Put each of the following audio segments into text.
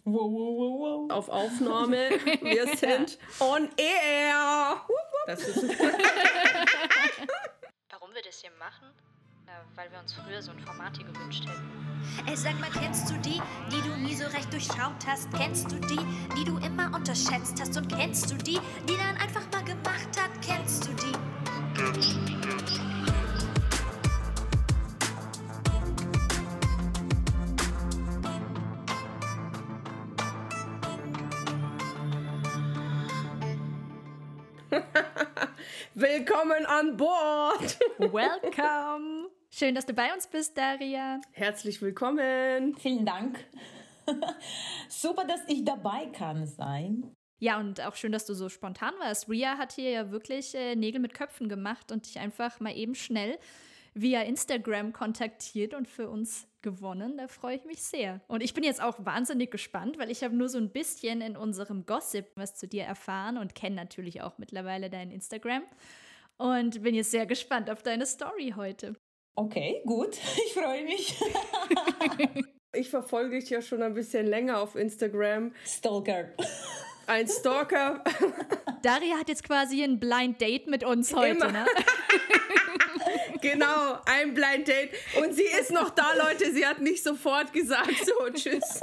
Wow, wow, wow, wow. Auf Aufnahme. Wir sind on air. Das ist Warum wir das hier machen? Weil wir uns früher so ein Format hier gewünscht hätten. Ey, sag mal, kennst du die du nie so recht durchschaut hast? Kennst du die du immer unterschätzt hast? Und kennst du die dann einfach mal gemacht hat? Kennst du die? Willkommen an Bord. Welcome. Schön, dass du bei uns bist, Daria. Herzlich willkommen. Vielen Dank. Super, dass ich dabei kann sein. Ja, und auch schön, dass du so spontan warst. Ria hat hier ja wirklich Nägel mit Köpfen gemacht und dich einfach mal eben schnell via Instagram kontaktiert und für uns gewonnen. Da freue ich mich sehr. Und ich bin jetzt auch wahnsinnig gespannt, weil ich habe nur so ein bisschen in unserem Gossip was zu dir erfahren und kenne natürlich auch mittlerweile dein Instagram. Und bin jetzt sehr gespannt auf deine Story heute. Okay, gut. Ich freue mich. Ich verfolge dich ja schon ein bisschen länger auf Instagram. Stalker. Ein Stalker. Daria hat jetzt quasi ein Blind Date mit uns heute, Immer. ne? Genau, ein Blind Date. Und sie ist noch da, Leute. Sie hat nicht sofort gesagt, so, tschüss.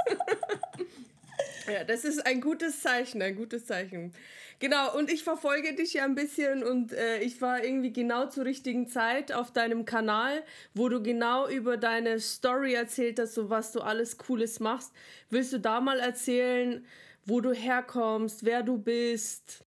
Ja, das ist ein gutes Zeichen, ein gutes Zeichen. Genau, und ich verfolge dich ja ein bisschen und ich war irgendwie genau zur richtigen Zeit auf deinem Kanal, wo du genau über deine Story erzählt hast, so was du alles Cooles machst. Willst du da mal erzählen, wo du herkommst, wer du bist?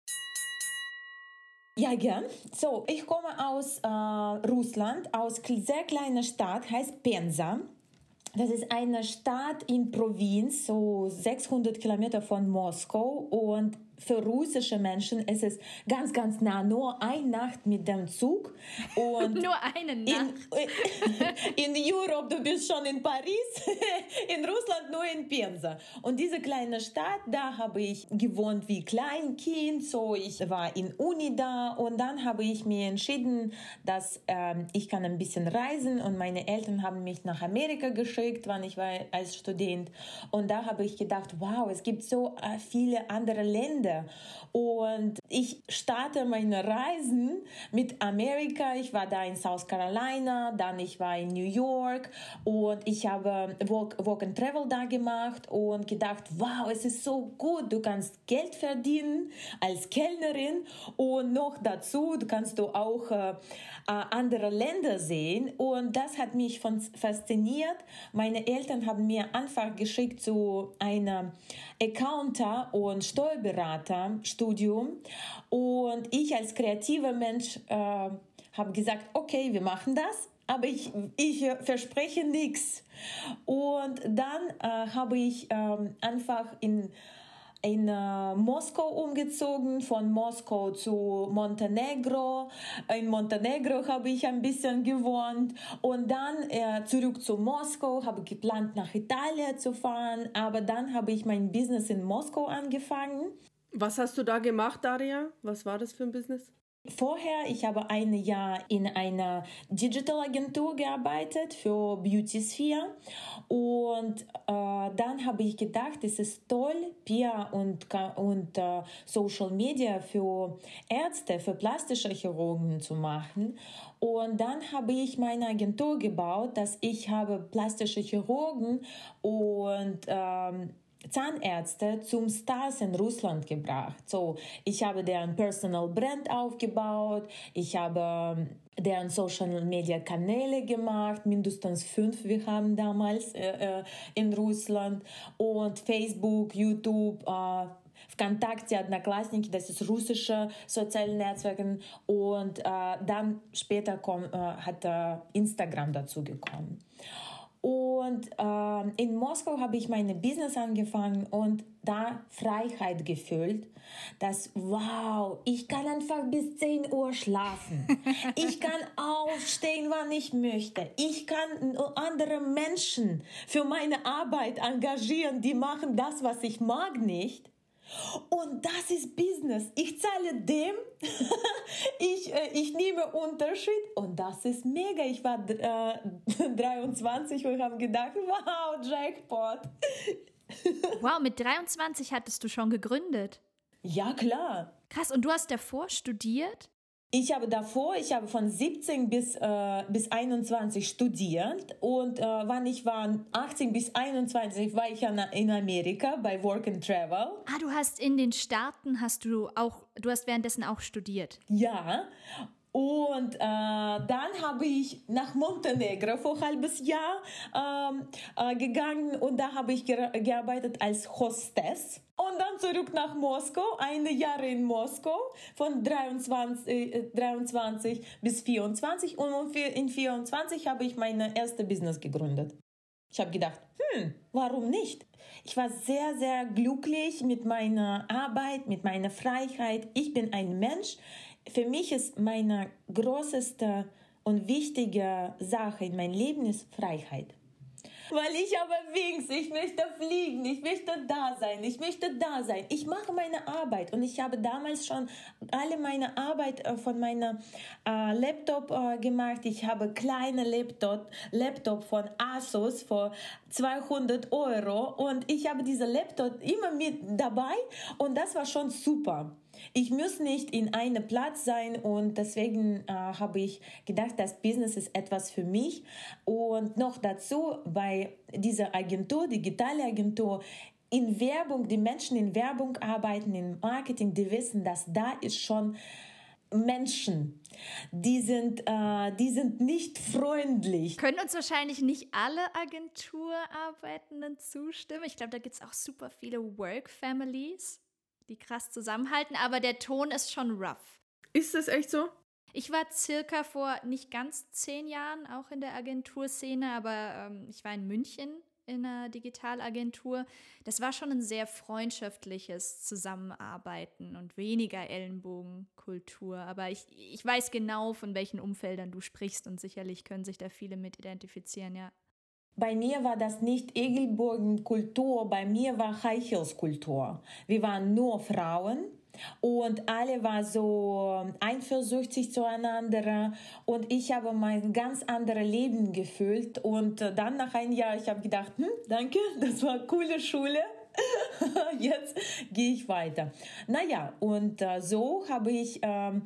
Ja, gern. So, ich komme aus Russland, aus sehr kleiner Stadt, heißt Penza. Das ist eine Stadt in Provinz, so 600 Kilometer von Moskau, und für russische Menschen ist es ganz, ganz nah, nur eine Nacht mit dem Zug. Und Nur eine Nacht. In Europa, du bist schon in Paris, in Russland nur in Penza. Und diese kleine Stadt, da habe ich gewohnt wie Kleinkind, so ich war in Uni da, und dann habe ich mir entschieden, dass ich kann ein bisschen reisen, und meine Eltern haben mich nach Amerika geschickt, wann ich war als Student. Und da habe ich gedacht, wow, es gibt so viele andere Länder. Und ich starte meine Reisen mit Amerika. Ich war da in South Carolina, dann ich war in New York, und ich habe Work and Travel da gemacht und gedacht, wow, es ist so gut, du kannst Geld verdienen als Kellnerin, und noch dazu kannst du auch andere Länder sehen, und das hat mich fasziniert. Meine Eltern haben mir einfach geschickt zu einem Accountant und Steuerberaterstudium, und ich als kreativer Mensch habe gesagt, okay, wir machen das, aber ich verspreche nichts. Und dann habe ich einfach in Moskau umgezogen, von Moskau zu Montenegro. In Montenegro habe ich ein bisschen gewohnt, und dann zurück zu Moskau, habe geplant, nach Italien zu fahren, aber dann habe ich mein Business in Moskau angefangen. Was hast du da gemacht, Daria? Was war das für ein Business? Vorher, ich habe ein Jahr in einer Digital-Agentur gearbeitet für Beauty-Sphere, und dann habe ich gedacht, es ist toll, PR und Social Media für Ärzte, für plastische Chirurgen zu machen. Und dann habe ich meine Agentur gebaut, dass ich habe plastische Chirurgen und Zahnärzte zum Stars in Russland gebracht. So, ich habe deren Personal Brand aufgebaut, ich habe deren Social Media Kanäle gemacht, mindestens 5 wir haben damals in Russland, und Facebook, YouTube, ВКонтакте, Одноклассники, das ist russische soziale Netzwerke, und dann später hat Instagram dazu gekommen. Und in Moskau habe ich mein Business angefangen und da Freiheit gefühlt, dass wow, ich kann einfach bis 10 Uhr schlafen. Ich kann aufstehen, wann ich möchte. Ich kann andere Menschen für meine Arbeit engagieren, die machen das, was ich mag, nicht. Und das ist Business. Ich zahle dem, ich nehme Unterschied, und das ist mega. Ich war 23 und habe gedacht, wow, Jackpot. Wow, mit 23 hattest du schon gegründet. Ja, klar. Krass, und du hast davor studiert? Ich habe von 17 bis 21 studiert und wann ich war 18 bis 21 war ich in Amerika bei Work and Travel. Ah, du hast in den Staaten, du hast währenddessen auch studiert. Ja, und dann habe ich nach Montenegro vor ein halbes Jahr gegangen und da habe ich gearbeitet als Hostess. Und dann zurück nach Moskau, 1 Jahr in Moskau, von 23 bis 24. Und in 24 habe ich mein erstes Business gegründet. Ich habe gedacht, warum nicht? Ich war sehr, sehr glücklich mit meiner Arbeit, mit meiner Freiheit. Ich bin ein Mensch. Für mich ist meine größte und wichtige Sache in meinem Leben ist Freiheit. Weil ich habe Wings, ich möchte fliegen, ich möchte da sein. Ich mache meine Arbeit und ich habe damals schon alle meine Arbeit von meinem Laptop gemacht. Ich habe kleine Laptop von Asus für 200 € und ich habe diesen Laptop immer mit dabei und das war schon super. Ich muss nicht in einem Platz sein und deswegen habe ich gedacht, das Business ist etwas für mich. Und noch dazu bei dieser Agentur, digitale Agentur, in Werbung, die Menschen in Werbung arbeiten, in Marketing, die wissen, dass da ist schon Menschen, die sind nicht freundlich. Können uns wahrscheinlich nicht alle Agenturarbeitenden zustimmen. Ich glaube, da gibt es auch super viele Work-Families, die krass zusammenhalten, aber der Ton ist schon rough. Ist das echt so? Ich war circa vor nicht ganz 10 Jahren auch in der Agenturszene, aber ich war in München in einer Digitalagentur. Das war schon ein sehr freundschaftliches Zusammenarbeiten und weniger Ellenbogenkultur. Aber ich weiß genau, von welchen Umfeldern du sprichst und sicherlich können sich da viele mit identifizieren, ja. Bei mir war das nicht Ellenbogenkultur, bei mir war High-Heels-Kultur. Wir waren nur Frauen und alle waren so eifersüchtig zueinander und ich habe mein ganz anderes Leben gefühlt und dann nach einem Jahr, ich habe gedacht, danke, das war eine coole Schule. Jetzt gehe ich weiter. Naja, und so habe ich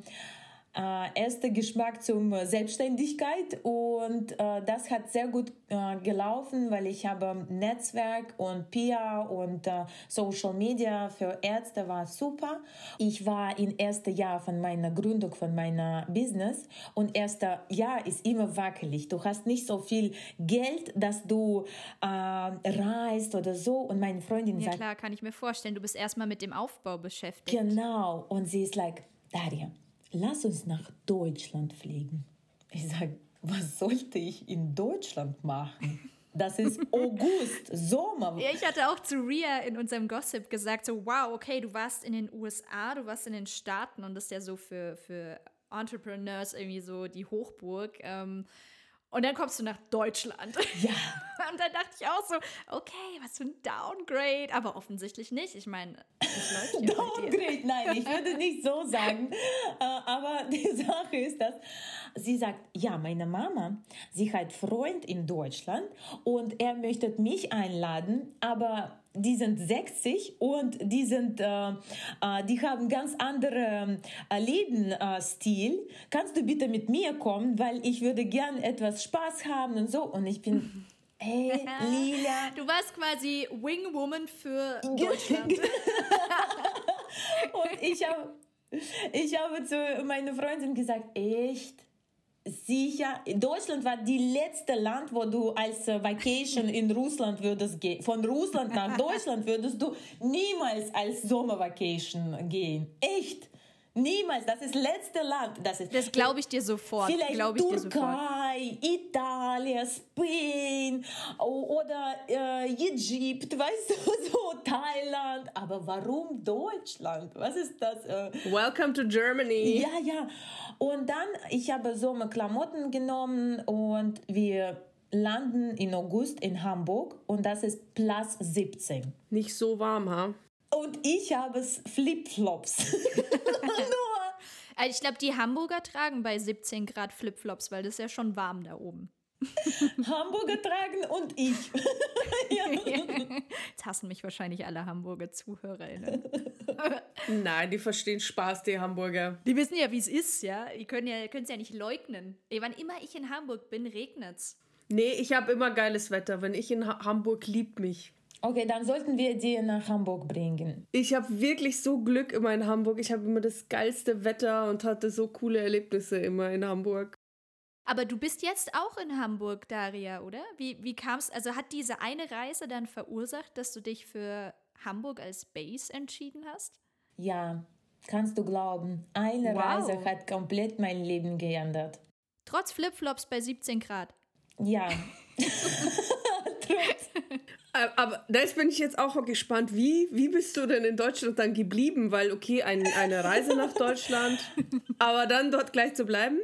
erster Geschmack zum Selbstständigkeit und das hat sehr gut gelaufen, weil ich habe Netzwerk und PR und Social Media für Ärzte war super. Ich war im ersten Jahr von meiner Gründung von meiner Business und erster Jahr ist immer wackelig. Du hast nicht so viel Geld, dass du reist oder so und meine Freundin sagt... Ja klar, kann ich mir vorstellen, du bist erstmal mit dem Aufbau beschäftigt. Genau, und sie ist like, Daria, lass uns nach Deutschland fliegen. Ich sage, was sollte ich in Deutschland machen? Das ist August, Sommer. Ja, ich hatte auch zu Ria in unserem Gossip gesagt, so wow, okay, du warst in den USA, du warst in den Staaten und das ist ja so für Entrepreneurs irgendwie so die Hochburg. Und dann kommst du nach Deutschland. Ja. Und dann dachte ich auch so, okay, was für ein Downgrade. Aber offensichtlich nicht. Ich meine, das läuft ja bei dir. Downgrade, nein, ich würde nicht so sagen. Aber die Sache ist, dass sie sagt, ja, meine Mama, sie hat einen Freund in Deutschland und er möchte mich einladen, aber die sind 60 und die haben ganz andere Lebensstil. Kannst du bitte mit mir kommen, weil ich würde gern etwas Spaß haben und so. Und ich bin, hey, Lila. Du warst quasi Wingwoman für Deutschland. Und ich habe zu meiner Freundin gesagt, echt? Sicher, Deutschland war die letzte Land, wo du als Vacation in Russland würdest gehen. Von Russland nach Deutschland würdest du niemals als Sommervacation gehen. Echt? Niemals. Das ist das letzte Land. Das glaube ich dir sofort. Vielleicht Türkei, Italien, Spanien oder Ägypten, weißt du, so Thailand. Aber warum Deutschland? Was ist das? Welcome to Germany. Ja, ja. Und dann, ich habe Sommerklamotten genommen und wir landen im August in Hamburg und das ist plus 17. Nicht so warm, ha? Und ich habe Flipflops. Ich glaube, die Hamburger tragen bei 17 Grad Flipflops, weil das ist ja schon warm da oben. Hamburger tragen und ich. Ja. Jetzt hassen mich wahrscheinlich alle Hamburger ZuhörerInnen. Nein, die verstehen Spaß, die Hamburger. Die wissen ja, wie es ist, ja. Die können es ja nicht leugnen. Ey, wann immer ich in Hamburg bin, regnet's. Nee, ich habe immer geiles Wetter. Wenn ich in Hamburg, liebt mich. Okay, dann sollten wir die nach Hamburg bringen. Ich habe wirklich so Glück immer in Hamburg. Ich habe immer das geilste Wetter und hatte so coole Erlebnisse immer in Hamburg. Aber du bist jetzt auch in Hamburg, Daria, oder? Wie kam's? Also hat diese eine Reise dann verursacht, dass du dich für Hamburg als Base entschieden hast? Ja, kannst du glauben. Eine Wow. Reise hat komplett mein Leben geändert. Trotz Flipflops bei 17 Grad. Ja. Aber da bin ich jetzt auch gespannt. Wie bist du denn in Deutschland dann geblieben? Weil, okay, eine Reise nach Deutschland, aber dann dort gleich zu bleiben?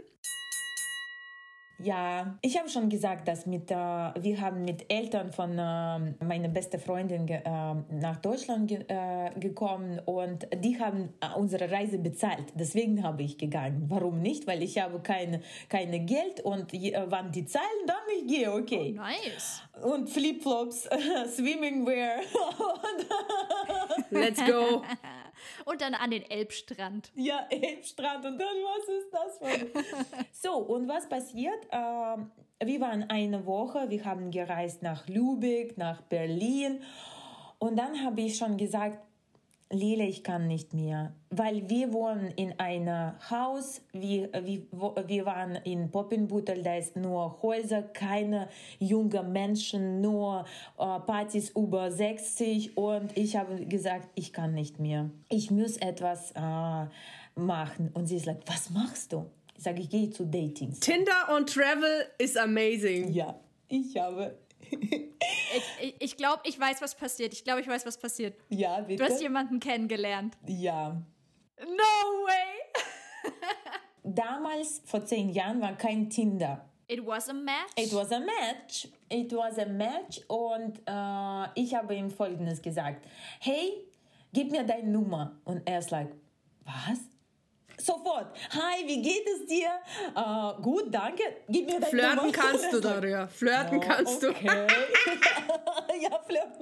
Ja, ich habe schon gesagt, dass wir haben mit Eltern von meiner besten Freundin nach Deutschland gekommen und die haben unsere Reise bezahlt. Deswegen habe ich gegangen. Warum nicht? Weil ich habe keine Geld und wann die zahlen, dann ich gehe, okay. Oh, nice. Und Flipflops, Swimmingwear. Let's go. Und dann an den Elbstrand. Ja, Elbstrand und dann, was ist das für So, und was passiert? Wir waren eine Woche, wir haben gereist nach Lübeck, nach Berlin und dann habe ich schon gesagt, Lila, ich kann nicht mehr, weil wir wohnen in einem Haus, wir waren in Poppenbüttel, da ist nur Häuser, keine jungen Menschen, nur Partys über 60 und ich habe gesagt, ich kann nicht mehr, ich muss etwas machen und sie ist like, was machst du? Ich sage, ich gehe zu Datings. Tinder on Travel is amazing. Ja, ich habe... Ich glaube, ich weiß, was passiert. Ja, bitte? Du hast jemanden kennengelernt. Ja. No way! Damals, vor 10 Jahren, war kein Tinder. It was a match? It was a match und ich habe ihm Folgendes gesagt. Hey, gib mir deine Nummer. Und er ist like, was? Sofort. Hi, wie geht es dir? Gut, danke. Gib mir deine Nummer. Flirten kannst du, Daria. Flirten kannst du. Okay. Ja, flirten.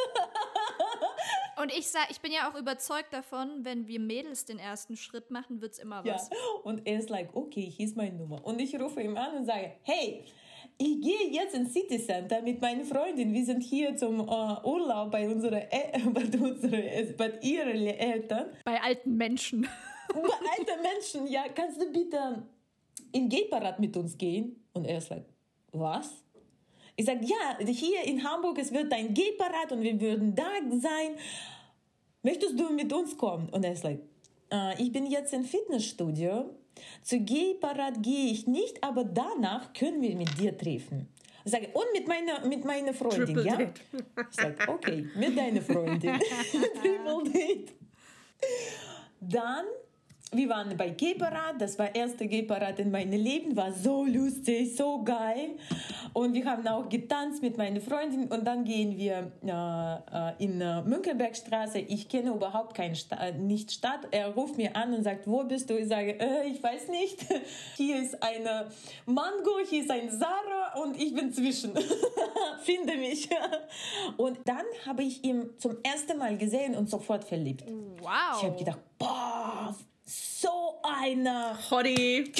Und ich bin ja auch überzeugt davon, wenn wir Mädels den ersten Schritt machen, wird's immer was. Ja. Und er ist like, okay, hier ist meine Nummer. Und ich rufe ihm an und sage, hey, ich gehe jetzt ins City Center mit meiner Freundin. Wir sind hier zum Urlaub bei ihren Eltern. Bei alten Menschen. Bei alten Menschen, ja, kannst du bitte in Gay-Parad mit uns gehen? Und er ist like, was? Ich sage, ja, hier in Hamburg, es wird ein Gay-Parad und wir würden da sein. Möchtest du mit uns kommen? Und er ist like, ich bin jetzt im Fitnessstudio. Zu Gay-Parad gehe ich nicht, aber danach können wir mit dir treffen. Ich sage, und mit meiner Freundin, Triple ja? Date. Ich sage, okay, mit deiner Freundin. Triple Date. Dann, wir waren bei Gay-Parad, das war das erste Gay-Parad in meinem Leben, war so lustig, so geil. Und wir haben auch getanzt mit meiner Freundin und dann gehen wir in Mönckebergstraße. Ich kenne überhaupt nicht Stadt. Er ruft mir an und sagt, wo bist du? Ich sage, ich weiß nicht. Hier ist eine Mango, hier ist ein Zara und ich bin zwischen. Finde mich. Und dann habe ich ihn zum ersten Mal gesehen und sofort verliebt. Wow. Ich habe gedacht, boah, so einer. Hottie.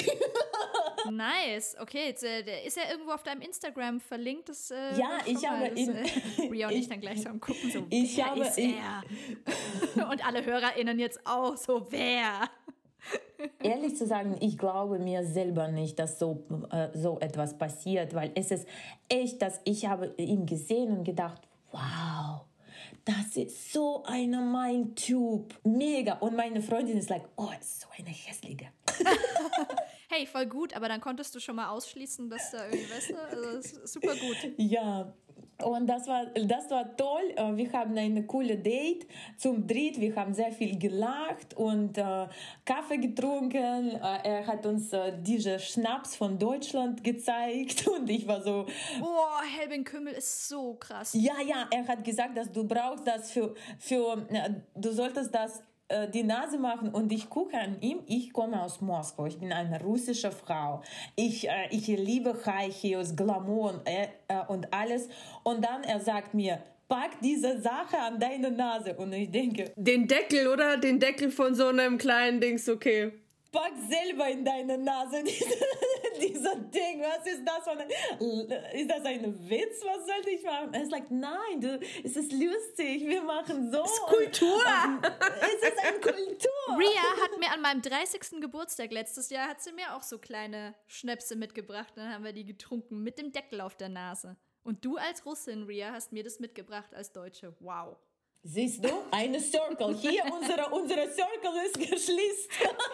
Nice. Okay, jetzt, der ist ja irgendwo auf deinem Instagram verlinkt. Das, Ja, ich habe ihn. Ria und ich dann gleich so am Gucken, so, Ich wer habe ist er? Und alle HörerInnen jetzt auch, so, wer? Ehrlich zu sagen, ich glaube mir selber nicht, dass so etwas passiert, weil es ist echt, dass ich habe ihn gesehen und gedacht, wow, das ist so mein Typ, mega. Und meine Freundin ist like, oh, ist so eine hässliche. Hey, voll gut, aber dann konntest du schon mal ausschließen, dass da irgendwie, weißt du, also das ist super gut. Ja, und das war toll. Wir haben eine coole Date zum Dritt. Wir haben sehr viel gelacht und Kaffee getrunken. Er hat uns diese Schnaps von Deutschland gezeigt und ich war so... Boah, Helbing Kümmel ist so krass. Ja, er hat gesagt, dass du brauchst das du solltest das die Nase machen und ich gucke an ihm. Ich komme aus Moskau. Ich bin eine russische Frau. Ich liebe High Heels, Glamour und alles. Und dann er sagt mir, pack diese Sache an deine Nase. Und ich denke, den Deckel, oder? Den Deckel von so einem kleinen Dings, okay. Pack selber in deine Nase dieser Ding. Was ist das? Ist das ein Witz? Was sollte ich machen? Er ist like, nein, es ist lustig. Wir machen so. Es ist Kultur. Es ist eine Kultur. Ria hat mir an meinem 30. Geburtstag letztes Jahr, hat sie mir auch so kleine Schnäpse mitgebracht. Dann haben wir die getrunken mit dem Deckel auf der Nase. Und du als Russin, Ria, hast mir das mitgebracht als Deutsche. Wow. Siehst du? Eine Circle. Hier, unsere Circle ist geschlossen.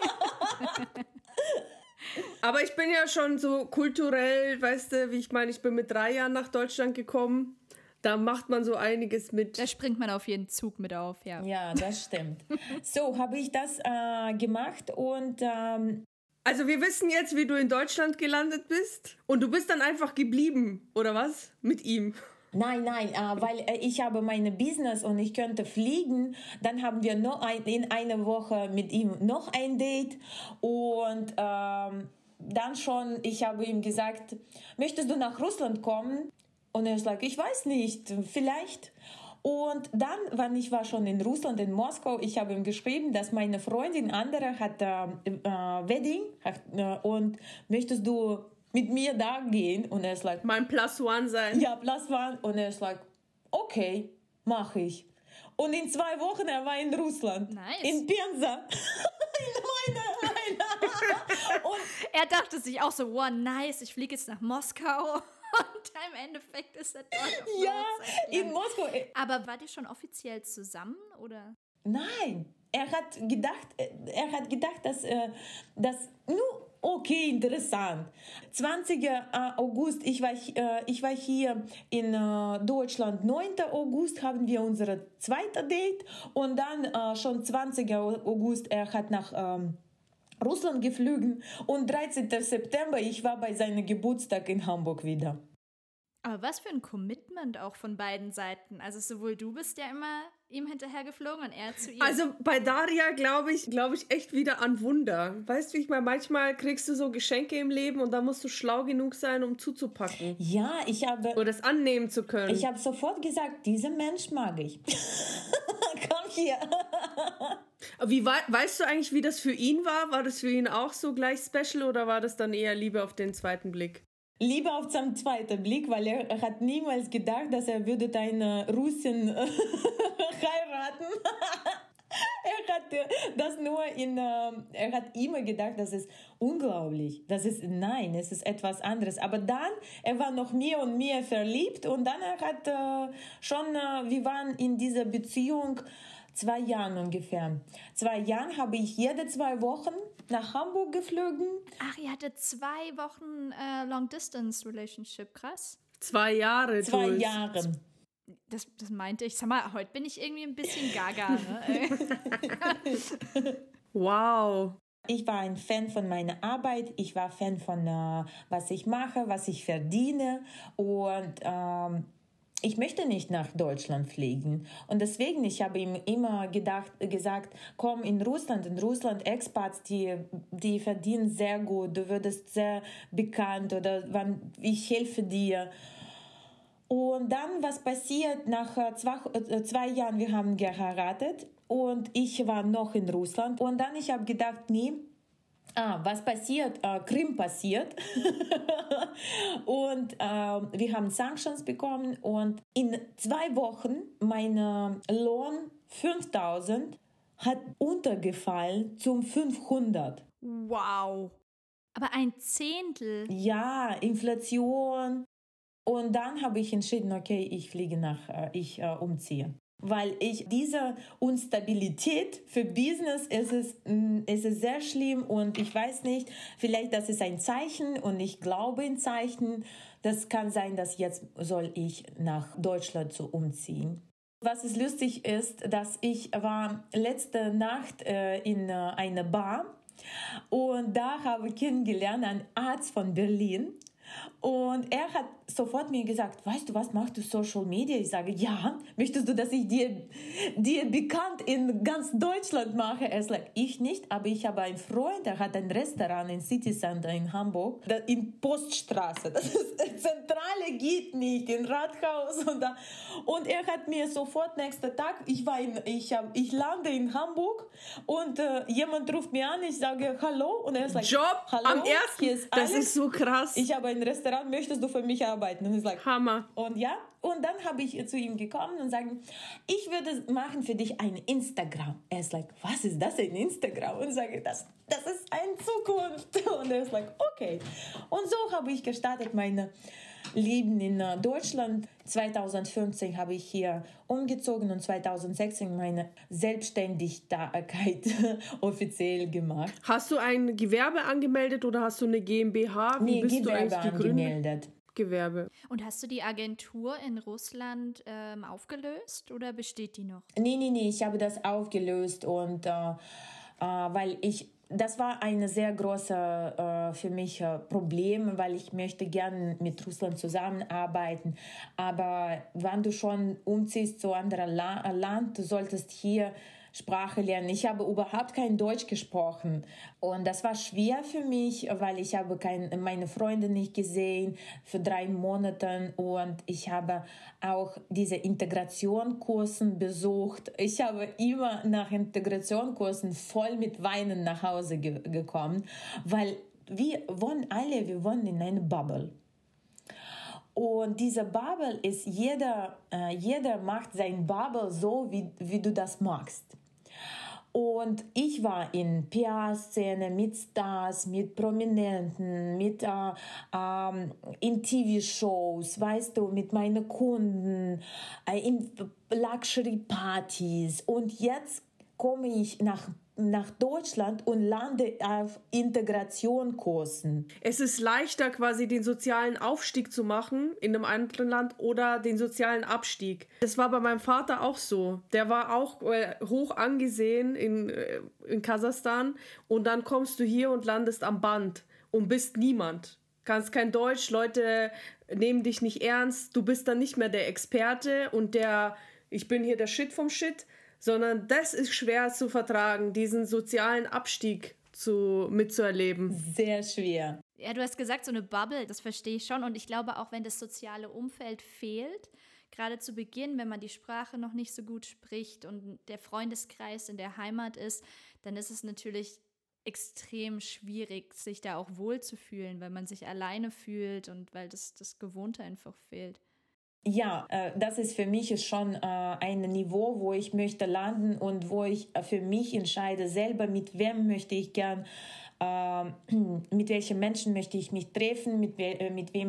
Aber ich bin ja schon so kulturell, weißt du, wie ich meine, ich bin mit 3 Jahren nach Deutschland gekommen. Da macht man so einiges mit. Da springt man auf jeden Zug mit auf, ja. Ja, das stimmt. So, habe ich das gemacht und... Also wir wissen jetzt, wie du in Deutschland gelandet bist. Und du bist dann einfach geblieben, oder was? Mit ihm. Nein, weil ich habe meine Business und ich könnte fliegen. Dann haben wir noch in einer Woche mit ihm noch ein Date. Und dann schon, ich habe ihm gesagt, möchtest du nach Russland kommen? Und er ist like, ich weiß nicht, vielleicht. Und dann, wenn ich war schon in Russland, in Moskau, ich habe ihm geschrieben, dass meine Freundin andere hat Wedding und möchtest du mit mir da gehen? Und er ist like, mein Plus One sein. Ja, Plus One. Und er ist like, okay, mache ich. Und in 2 Wochen, er war in Russland. Nice. In Penza. Und er dachte sich auch so, wow, nice, ich fliege jetzt nach Moskau. Und im Endeffekt ist er dort auf Ja, in Moskau. Aber wart ihr schon offiziell zusammen, oder? Nein, er hat gedacht, dass okay, interessant. 20. August, ich war hier in Deutschland. 9. August haben wir unser zweites Date. Und dann schon 20. August, er hat nach Russland geflogen. Und 13. September, ich war bei seinem Geburtstag in Hamburg wieder. Aber was für ein Commitment auch von beiden Seiten. Also sowohl du bist ja immer ihm hinterher geflogen und er zu ihr. Also bei Daria glaube ich echt wieder an Wunder. Weißt du, wie ich meine, manchmal kriegst du so Geschenke im Leben und da musst du schlau genug sein, um zuzupacken. Ja, oder das annehmen zu können. Ich habe sofort gesagt, diesen Mensch mag ich. Komm hier. Weißt du eigentlich, wie das für ihn war? War das für ihn auch so gleich special oder war das dann eher Liebe auf den zweiten Blick? Lieber auf seinen zweiten Blick, weil er hat niemals gedacht, dass er würde eine Russin heiraten. Er hat immer gedacht, das ist unglaublich. Es ist etwas anderes. Aber dann, er war noch mehr und mehr verliebt und dann wir waren in dieser Beziehung 2 Jahre ungefähr. 2 Jahre habe ich jede 2 Wochen nach Hamburg geflogen. Ach, ihr hattet 2 Wochen Long-Distance-Relationship, krass. 2 Jahre. 2 Jahre. Das meinte ich. Sag mal, heute bin ich irgendwie ein bisschen gaga, ne? Wow. Ich war ein Fan von meiner Arbeit. Ich war Fan von, was ich mache, was ich verdiene. Und ich möchte nicht nach Deutschland fliegen. Und deswegen, ich habe ihm immer gesagt, komm in Russland, Expats, die verdienen sehr gut, du würdest sehr bekannt oder ich helfe dir. Und dann, was passiert, nach 2 Jahren, wir haben geheiratet und ich war noch in Russland. Und dann, ich habe gedacht, nee, was passiert? Krim passiert. Und wir haben Sanctions bekommen und in 2 Wochen mein Lohn 5.000 hat untergefallen zum 500. Wow. Aber ein Zehntel. Ja, Inflation. Und dann habe ich entschieden, okay, ich umziehe. Weil diese Unstabilität für Business ist es sehr schlimm und ich weiß nicht, vielleicht das ist ein Zeichen und ich glaube in Zeichen. Das kann sein, dass jetzt soll ich nach Deutschland umziehen. Was es lustig ist, dass ich war letzte Nacht in einer Bar und da habe ich kennengelernt einen Arzt von Berlin. Und er hat sofort mir gesagt, weißt du was, machst du Social Media? Ich sage, ja. Möchtest du, dass ich dir bekannt in ganz Deutschland mache? Er sagt, ich nicht, aber ich habe einen Freund, der hat ein Restaurant in City Center in Hamburg, in Poststraße. Das ist Zentrale geht nicht, in Rathaus und da. Und er hat mir sofort nächsten Tag, ich lande in Hamburg und jemand ruft mir an, ich sage Hallo und er sagt, Job hallo, am ersten. hier ist Das Alex. ist so krass. Ich habe ein Restaurant, möchtest du für mich arbeiten? Und ich sage, Hammer. und ja, und dann habe ich zu ihm gekommen und sagen, ich würde machen für dich ein Instagram. Er ist like, was ist das, ein Instagram? Und ich sage, das ist eine Zukunft. Und er ist like, okay. Und so habe ich gestartet, meine Leben in Deutschland. 2015 habe ich hier umgezogen und 2016 meine Selbstständigkeit offiziell gemacht. Hast du ein Gewerbe angemeldet oder hast du eine GmbH? Wie bist Gewerbe du eigentlich gegründet? angemeldet. Gewerbe. Und hast du die Agentur in Russland aufgelöst oder besteht die noch? Nee, ich habe das aufgelöst und weil das war ein sehr großes für mich Problem, weil ich möchte gerne mit Russland zusammenarbeiten. Aber wenn du schon umziehst zu einem anderen Land, du solltest hier Sprache lernen. Ich habe überhaupt kein Deutsch gesprochen und das war schwer für mich, weil ich habe meine Freunde nicht gesehen für 3 Monate und ich habe auch diese Integrationskursen besucht. Ich habe immer nach Integrationskursen voll mit Weinen nach Hause gekommen, weil wir wohnen in einer Bubble. Und diese Bubble ist, jeder macht sein Bubble so, wie du das magst. Und ich war in PR-Szene mit Stars, mit Prominenten, in TV-Shows, weißt du, mit meinen Kunden, in Luxury-Partys. Und jetzt komme ich nach Deutschland und lande auf Integrationskursen. Es ist leichter, quasi den sozialen Aufstieg zu machen in einem anderen Land oder den sozialen Abstieg. Das war bei meinem Vater auch so. Der war auch hoch angesehen in Kasachstan und dann kommst du hier und landest am Band und bist niemand. Kannst kein Deutsch, Leute nehmen dich nicht ernst, du bist dann nicht mehr der Experte und ich bin hier der Shit vom Shit, sondern das ist schwer zu vertragen, diesen sozialen Abstieg mitzuerleben. Sehr schwer. Ja, du hast gesagt, so eine Bubble, das verstehe ich schon. Und ich glaube auch, wenn das soziale Umfeld fehlt, gerade zu Beginn, wenn man die Sprache noch nicht so gut spricht und der Freundeskreis in der Heimat ist, dann ist es natürlich extrem schwierig, sich da auch wohlzufühlen, weil man sich alleine fühlt und weil das Gewohnte einfach fehlt. Ja, das ist für mich schon ein Niveau, wo ich möchte landen und wo ich für mich entscheide selber, mit wem möchte ich gern, mit welchen Menschen möchte ich mich treffen, mit wem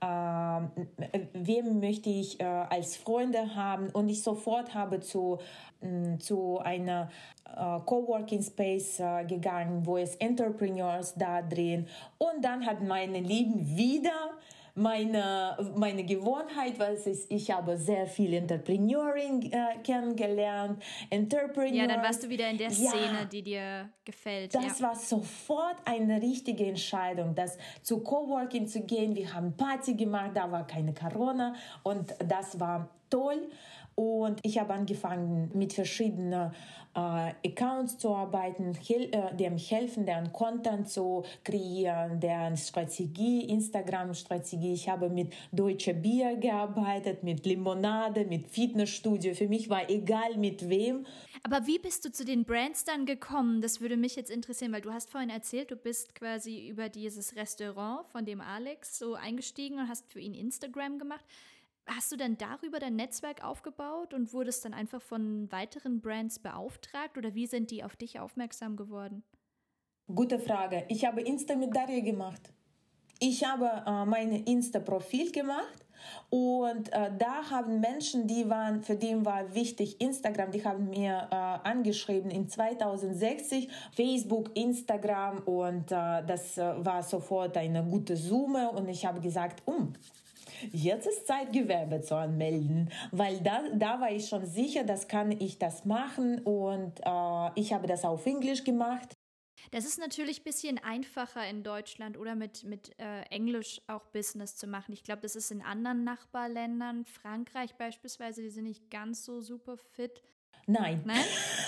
möchte ich als Freunde haben. Und ich sofort habe zu einer Coworking Space gegangen, wo es Entrepreneurs da drehen. Und dann hat meine Lieben wieder meine Gewohnheit, weil ich habe sehr viel Entrepreneuring kennengelernt. Ja, dann warst du wieder in der Szene, die dir gefällt. Das war sofort eine richtige Entscheidung, zu Coworking zu gehen. Wir haben Party gemacht, da war keine Corona und das war toll. Und ich habe angefangen, mit verschiedenen Accounts zu arbeiten, dem helfen, deren Content zu kreieren, deren Strategie, Instagram-Strategie. Ich habe mit Deutsche Bier gearbeitet, mit Limonade, mit Fitnessstudio. Für mich war egal mit wem. Aber wie bist du zu den Brands dann gekommen? Das würde mich jetzt interessieren, weil du hast vorhin erzählt, du bist quasi über dieses Restaurant von dem Alex so eingestiegen und hast für ihn Instagram gemacht. Hast du dann darüber dein Netzwerk aufgebaut und wurdest dann einfach von weiteren Brands beauftragt oder wie sind die auf dich aufmerksam geworden? Gute Frage. Ich habe Insta mit Daria gemacht. Ich habe mein Insta-Profil gemacht und da haben Menschen, für die war wichtig Instagram, die haben mir angeschrieben in 2060 Facebook, Instagram und das war sofort eine gute Summe und ich habe gesagt, jetzt ist Zeit, Gewerbe zu anmelden, weil da war ich schon sicher, kann ich das machen und ich habe das auf Englisch gemacht. Das ist natürlich ein bisschen einfacher in Deutschland oder mit Englisch auch Business zu machen. Ich glaube, das ist in anderen Nachbarländern, Frankreich beispielsweise, die sind nicht ganz so super fit. Nein. Nein?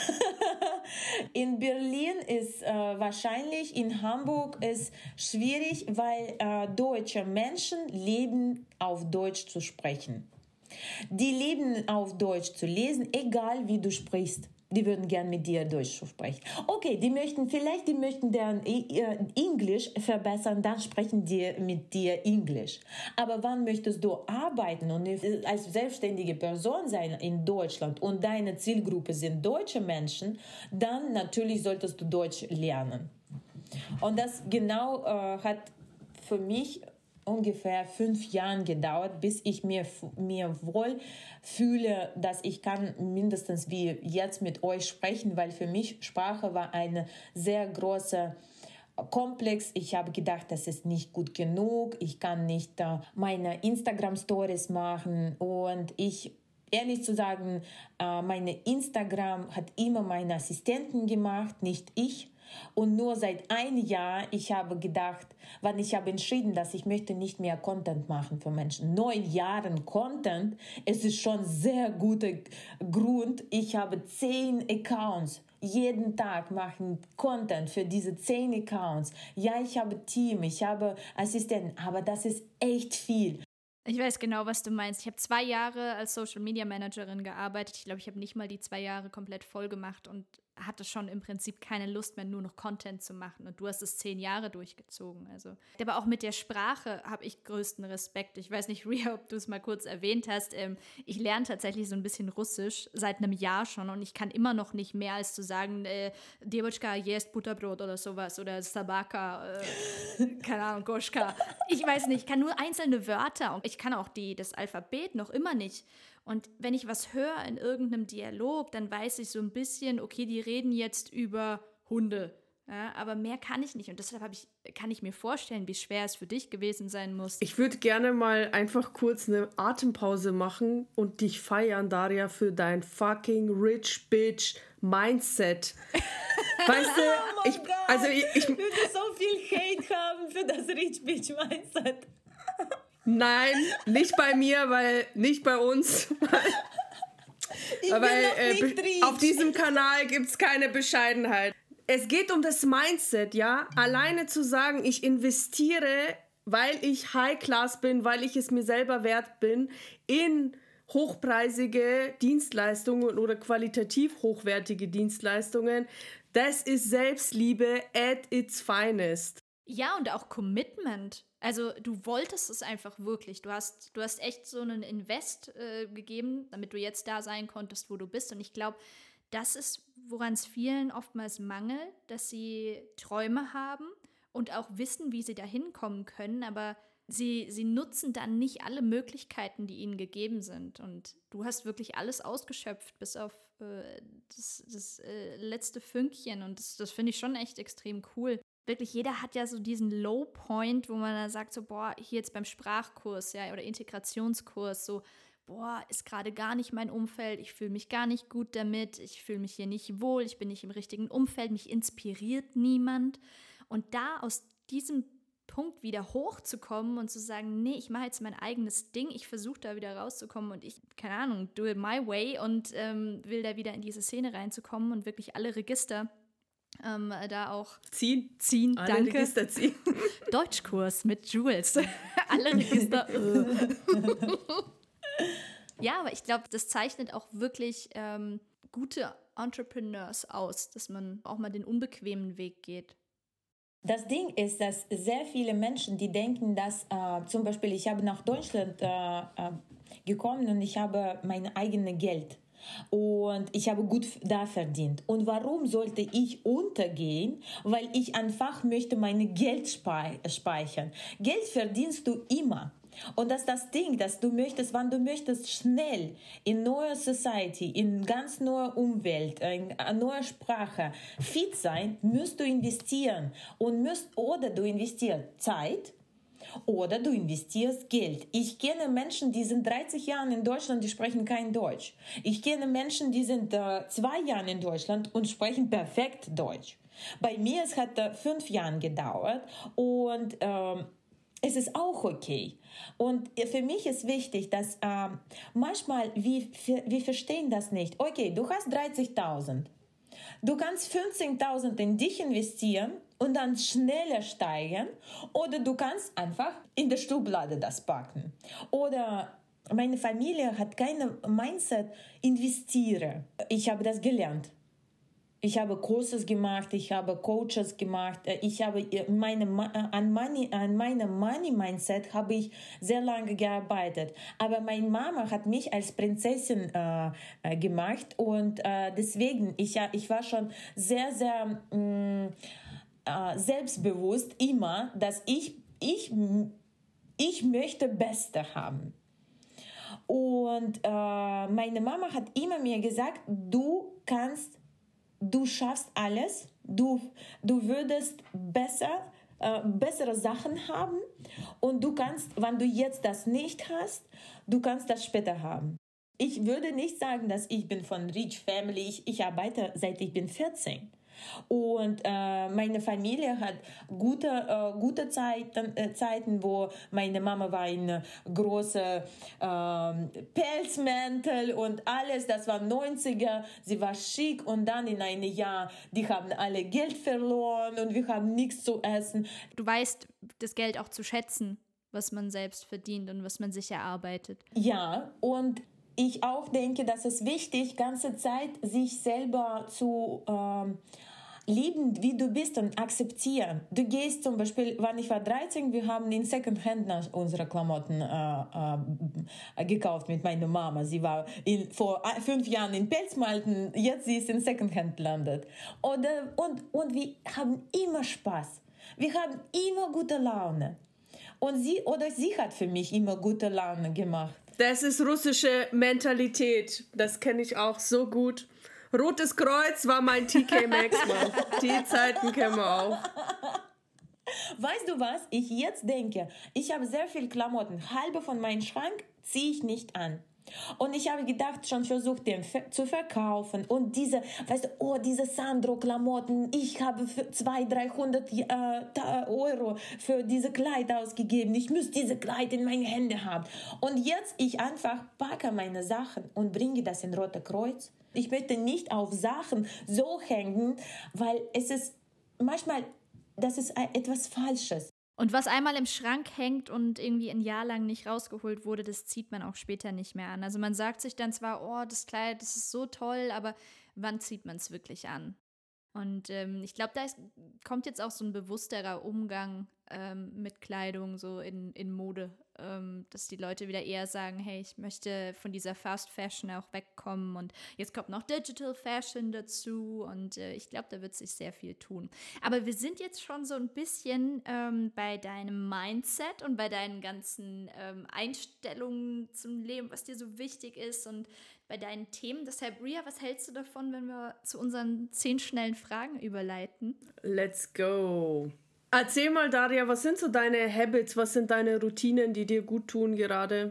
In Berlin ist wahrscheinlich, in Hamburg ist schwierig, weil deutsche Menschen leben auf Deutsch zu sprechen. Die leben auf Deutsch zu lesen, egal wie du sprichst. Die würden gern mit dir Deutsch sprechen. Okay, die möchten deren Englisch verbessern, dann sprechen die mit dir Englisch. Aber wann möchtest du arbeiten und als selbstständige Person sein in Deutschland und deine Zielgruppe sind deutsche Menschen, dann natürlich solltest du Deutsch lernen. Und das genau hat für mich ungefähr 5 Jahren gedauert, bis ich mir wohl fühle, dass ich kann mindestens wie jetzt mit euch sprechen, weil für mich Sprache war eine sehr große Komplex. Ich habe gedacht, das ist nicht gut genug. Ich kann nicht meine Instagram-Stories machen und ehrlich zu sagen, meine Instagram hat immer meine Assistenten gemacht, nicht ich. Und nur seit einem Jahr, ich habe entschieden, dass ich möchte nicht mehr Content machen für Menschen. 9 Jahren Content, es ist schon sehr guter Grund. Ich habe 10 Accounts. Jeden Tag machen Content für diese 10 Accounts. Ja, ich habe Team, ich habe Assistenten, aber das ist echt viel. Ich weiß genau, was du meinst. Ich habe 2 Jahre als Social Media Managerin gearbeitet. Ich glaube, ich habe nicht mal die 2 Jahre komplett voll gemacht und hatte schon im Prinzip keine Lust mehr, nur noch Content zu machen. Und du hast es 10 Jahre durchgezogen. Also. Aber auch mit der Sprache habe ich größten Respekt. Ich weiß nicht, Ria, ob du es mal kurz erwähnt hast. Ich lerne tatsächlich so ein bisschen Russisch seit einem Jahr schon und ich kann immer noch nicht mehr als zu sagen, Девочка ест Butterbrot oder sowas oder Sabaka, keine Ahnung, Goschka. Ich weiß nicht, ich kann nur einzelne Wörter und ich kann auch das Alphabet noch immer nicht. Und wenn ich was höre in irgendeinem Dialog, dann weiß ich so ein bisschen, okay, die reden jetzt über Hunde. Ja, aber mehr kann ich nicht. Und deshalb kann ich mir vorstellen, wie schwer es für dich gewesen sein muss. Ich würde gerne mal einfach kurz eine Atempause machen und dich feiern, Daria, für dein fucking Rich Bitch Mindset. Weißt du, Oh mein Gott, ich würde so viel Hate haben für das Rich Bitch Mindset. Nein, nicht bei mir, weil nicht bei uns. Auf diesem Kanal gibt es keine Bescheidenheit. Es geht um das Mindset, ja. Alleine zu sagen, ich investiere, weil ich High-Class bin, weil ich es mir selber wert bin, in hochpreisige Dienstleistungen oder qualitativ hochwertige Dienstleistungen, das ist Selbstliebe at its finest. Ja, und auch Commitment. Also du wolltest es einfach wirklich. Du hast echt so einen Invest gegeben, damit du jetzt da sein konntest, wo du bist. Und ich glaube, das ist, woran es vielen oftmals mangelt, dass sie Träume haben und auch wissen, wie sie da hinkommen können, aber sie nutzen dann nicht alle Möglichkeiten, die ihnen gegeben sind. Und du hast wirklich alles ausgeschöpft, bis auf das letzte Fünkchen. Und das finde ich schon echt extrem cool. Wirklich, jeder hat ja so diesen Low-Point, wo man dann sagt so, boah, hier jetzt beim Sprachkurs, ja, oder Integrationskurs, so, boah, ist gerade gar nicht mein Umfeld, ich fühle mich gar nicht gut damit, ich fühle mich hier nicht wohl, ich bin nicht im richtigen Umfeld, mich inspiriert niemand. Und da aus diesem Punkt wieder hochzukommen und zu sagen, nee, ich mache jetzt mein eigenes Ding, ich versuche da wieder rauszukommen und ich, keine Ahnung, do it my way und will da wieder in diese Szene reinzukommen und wirklich alle Register da auch ziehen. Alle Danke. Register ziehen. Deutschkurs mit Jules. Alle Register. Ja, aber ich glaube, das zeichnet auch wirklich gute Entrepreneurs aus, dass man auch mal den unbequemen Weg geht. Das Ding ist, dass sehr viele Menschen, die denken, dass zum Beispiel ich habe nach Deutschland gekommen und ich habe mein eigenes Geld. Und ich habe gut da verdient. Und warum sollte ich untergehen? Weil ich einfach möchte meine Geld speichern. Geld verdienst du immer. Und das ist das Ding, dass du möchtest, wann du möchtest, schnell in neue Society, in ganz neue Umwelt, in neue Sprache fit sein, musst du investieren. Oder du investierst Zeit Oder du investierst Geld. Ich kenne Menschen, die sind 30 Jahre in Deutschland, die sprechen kein Deutsch. Ich kenne Menschen, die sind 2 Jahre in Deutschland und sprechen perfekt Deutsch. Bei mir, es hat 5 Jahre gedauert und es ist auch okay. Und für mich ist wichtig, dass manchmal, wir verstehen das nicht. Okay, du hast 30.000. Du kannst 15.000 in dich investieren und dann schneller steigen. Oder du kannst einfach in der Schublade das packen. Oder meine Familie hat keine Mindset, investiere. Ich habe das gelernt. Ich habe Kurse gemacht, ich habe Coaches gemacht, ich habe an meinem Money-Mindset habe ich sehr lange gearbeitet. Aber meine Mama hat mich als Prinzessin gemacht und deswegen, ich war schon sehr, sehr selbstbewusst immer, dass ich möchte Beste haben. Und meine Mama hat immer mir gesagt, du schaffst alles, du würdest bessere Sachen haben und du kannst, wenn du jetzt das nicht hast, du kannst das später haben. Ich würde nicht sagen, dass ich bin von Rich Family, ich arbeite seit ich bin 14. Und meine Familie hat gute Zeiten, wo meine Mama war in große Pelzmäntel und alles, das war 90er, sie war schick und dann in einem Jahr, die haben alle Geld verloren und wir haben nichts zu essen. Du weißt das Geld auch zu schätzen, was man selbst verdient und was man sich erarbeitet. Ja, und ich auch denke, dass es wichtig ist, ganze Zeit sich selber zu lieben, wie du bist und akzeptieren. Du gehst zum Beispiel, wann ich war 13, wir haben in Secondhand unsere Klamotten gekauft mit meiner Mama. Sie war vor 5 Jahren in Pelzmalten, jetzt sie ist in Secondhand landet. Und wir haben immer Spaß. Wir haben immer gute Laune. Und sie hat für mich immer gute Laune gemacht. Das ist russische Mentalität. Das kenne ich auch so gut. Rotes Kreuz war mein TK Maxx, Mann. Die Zeiten kennen wir auch. Weißt du was? Ich jetzt denke, ich habe sehr viel Klamotten. Halbe von meinem Schrank ziehe ich nicht an. Und ich habe gedacht, schon versucht, den zu verkaufen. Und diese Sandro-Klamotten, ich habe für 200-300 Euro für diese Kleid ausgegeben. Ich muss diese Kleid in meine Hände haben. Und jetzt ich einfach packe meine Sachen und bringe das in Rote Kreuz. Ich möchte nicht auf Sachen so hängen, weil es ist manchmal, das ist etwas Falsches. Und was einmal im Schrank hängt und irgendwie ein Jahr lang nicht rausgeholt wurde, das zieht man auch später nicht mehr an. Also man sagt sich dann zwar, oh, das Kleid, das ist so toll, aber wann zieht man es wirklich an? Und ich glaube, kommt jetzt auch so ein bewussterer Umgang mit Kleidung, so in Mode, dass die Leute wieder eher sagen, hey, ich möchte von dieser Fast Fashion auch wegkommen und jetzt kommt noch Digital Fashion dazu und ich glaube, da wird sich sehr viel tun. Aber wir sind jetzt schon so ein bisschen bei deinem Mindset und bei deinen ganzen Einstellungen zum Leben, was dir so wichtig ist und bei deinen Themen. Deshalb, Ria, was hältst du davon, wenn wir zu unseren 10 schnellen Fragen überleiten? Let's go. Erzähl mal, Daria, was sind so deine Habits, was sind deine Routinen, die dir gut tun gerade?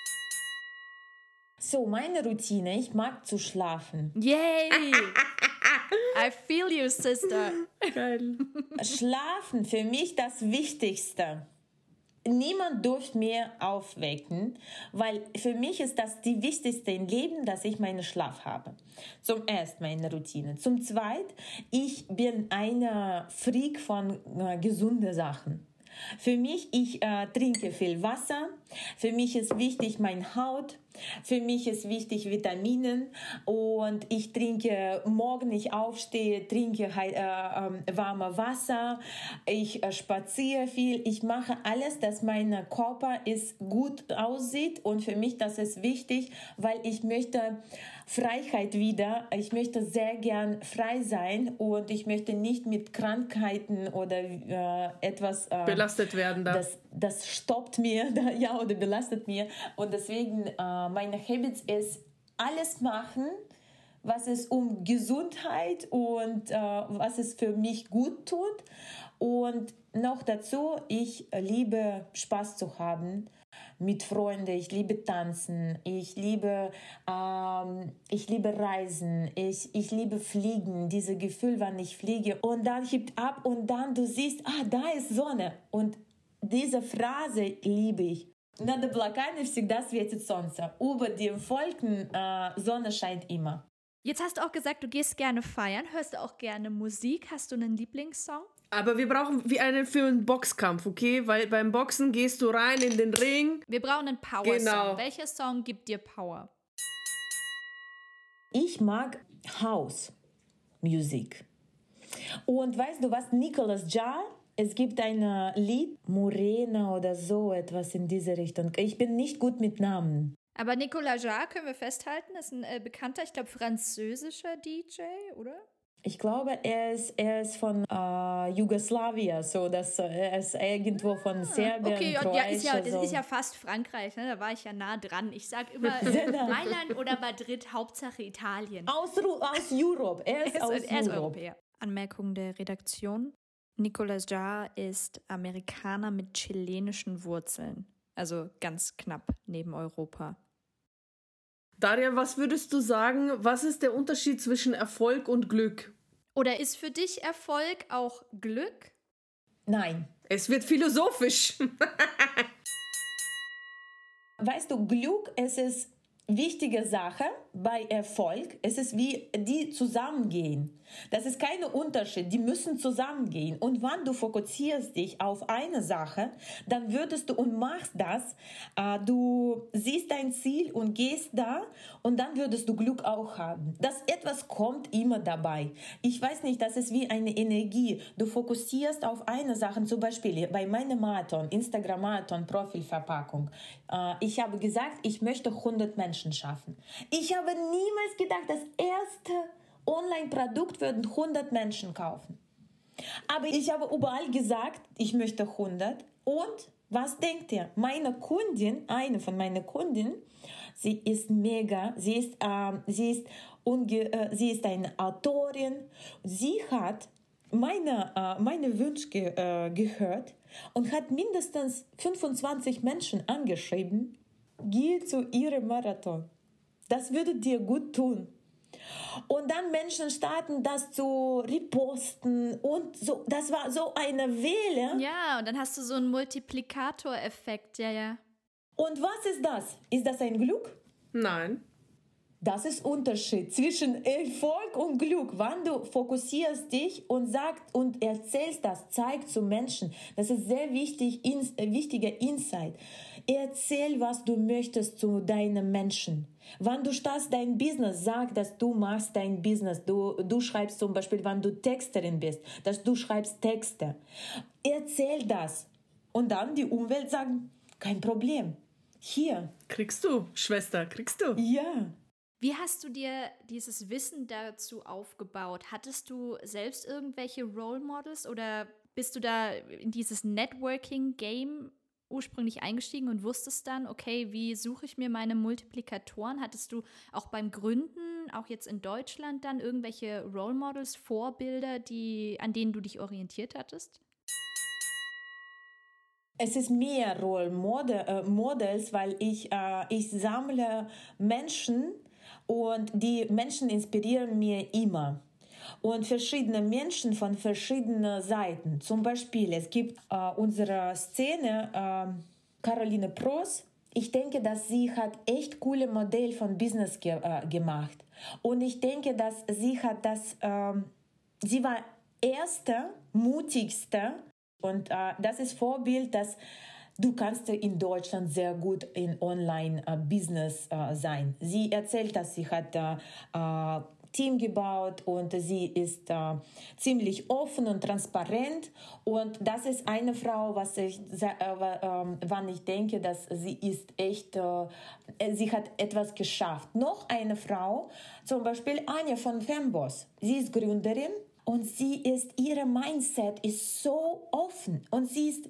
So, meine Routine, ich mag zu schlafen. Yay! I feel you, sister. Geil. Schlafen, für mich das Wichtigste. Niemand durfte mir aufwecken, weil für mich ist das die wichtigste im Leben, dass ich meinen Schlaf habe. Zum Ersten meine Routine. Zum Zweiten, ich bin eine Freak von gesunden Sachen. Für mich, ich trinke viel Wasser. Für mich ist wichtig meine Haut. Für mich ist wichtig Vitaminen. Und ich trinke, morgen ich aufstehe, trinke warme Wasser. Ich spaziere viel. Ich mache alles, dass mein Körper gut aussieht. Und für mich das ist wichtig, weil ich möchte Freiheit wieder. Ich möchte sehr gern frei sein und ich möchte nicht mit Krankheiten oder etwas belastet werden. Das stoppt mir, oder belastet mir. Und deswegen meine Habits ist alles machen, was es um Gesundheit und was es für mich gut tut. Und noch dazu, ich liebe Spaß zu haben mit Freunden, ich liebe Tanzen, ich liebe Reisen, ich liebe Fliegen, dieses Gefühl, wenn ich fliege und dann hebt ab und dann du siehst, da ist Sonne und diese Phrase liebe ich. Над облаками всегда светит солнце. Über den Wolken Sonne scheint immer. Jetzt hast du auch gesagt, du gehst gerne feiern. Hörst du auch gerne Musik? Hast du einen Lieblingssong? Aber wir brauchen wie einen für einen Boxkampf, okay? Weil beim Boxen gehst du rein in den Ring. Wir brauchen einen Power-Song. Genau. Welcher Song gibt dir Power? Ich mag House-Musik. Und weißt du was, Nicolas Jaar, es gibt ein Lied, Morena oder so, etwas in diese Richtung. Ich bin nicht gut mit Namen. Aber Nicolas Jaar, können wir festhalten, ist ein bekannter, ich glaube, französischer DJ, oder? Ich glaube, er ist von Jugoslawien, so dass er ist irgendwo von Serbien, okay, Kroatien. Das ist ja fast Frankreich, ne? Da war ich ja nah dran. Ich sag immer Mailand oder Madrid, Hauptsache Italien. Aus Europe, er ist Europäer. Anmerkung der Redaktion. Nicolas Jaar ist Amerikaner mit chilenischen Wurzeln. Also ganz knapp neben Europa. Daria, was würdest du sagen, was ist der Unterschied zwischen Erfolg und Glück? Oder ist für dich Erfolg auch Glück? Nein. Es wird philosophisch. Weißt du, Glück, es ist wichtige Sache bei Erfolg. Es ist wie die zusammengehen. Das ist kein Unterschied. Die müssen zusammengehen. Und wenn du fokussierst dich auf eine Sache, dann würdest du und machst das. Du siehst dein Ziel und gehst da und dann würdest du Glück auch haben. Das etwas kommt immer dabei. Ich weiß nicht, das ist wie eine Energie. Du fokussierst auf eine Sache, zum Beispiel bei meinem Marathon, Instagram-Marathon, Profilverpackung. Ich habe gesagt, ich möchte 100 Menschen schaffen. Ich habe niemals gedacht, das erste Online-Produkt würden 100 Menschen kaufen. Aber ich habe überall gesagt, ich möchte 100. Und was denkt ihr? Meine Kundin, eine von meinen Kundinnen, sie ist mega, sie ist eine Autorin. Sie hat meine Wünsche gehört und hat mindestens 25 Menschen angeschrieben, geh zu ihrem Marathon. Das würde dir gut tun. Und dann Menschen starten das zu reposten und so. Das war so eine Welle. Ja, und dann hast du so einen Multiplikatoreffekt, ja. Und was ist das? Ist das ein Glück? Nein. Das ist Unterschied zwischen Erfolg und Glück. Wenn du fokussierst dich und sagst und erzählst das, zeigst zu Menschen, das ist sehr wichtiger Insight. Erzähl, was du möchtest zu deinen Menschen. Wenn du startest dein Business, sag, dass du machst dein Business. Du schreibst zum Beispiel, wenn du Texterin bist, dass du schreibst Texte. Erzähl das. Und dann die Umwelt sagt, kein Problem. Hier. Kriegst du, Schwester, kriegst du. Ja. Wie hast du dir dieses Wissen dazu aufgebaut? Hattest du selbst irgendwelche Role Models oder bist du da in dieses Networking-Game ursprünglich eingestiegen und wusstest dann, okay, wie suche ich mir meine Multiplikatoren? Hattest du auch beim Gründen, auch jetzt in Deutschland, dann irgendwelche Role Models, Vorbilder, an denen du dich orientiert hattest? Es ist mehr Role Models, weil ich sammle Menschen und die Menschen inspirieren mir immer. Und verschiedene Menschen von verschiedenen Seiten. Zum Beispiel, es gibt unsere Szene, Caroline Pross. Ich denke, dass sie hat echt coole Modell von Business gemacht. Und ich denke, dass sie war erste, mutigste. Und das ist Vorbild, dass du kannst in Deutschland sehr gut in Online-Business sein. Sie erzählt, dass sie hat Team gebaut und sie ist ziemlich offen und transparent. Und das ist eine Frau, wann ich denke, dass sie ist echt, sie hat etwas geschafft. Noch eine Frau, zum Beispiel Anja von Femboss. Sie ist Gründerin und ihre Mindset ist so offen und sie ist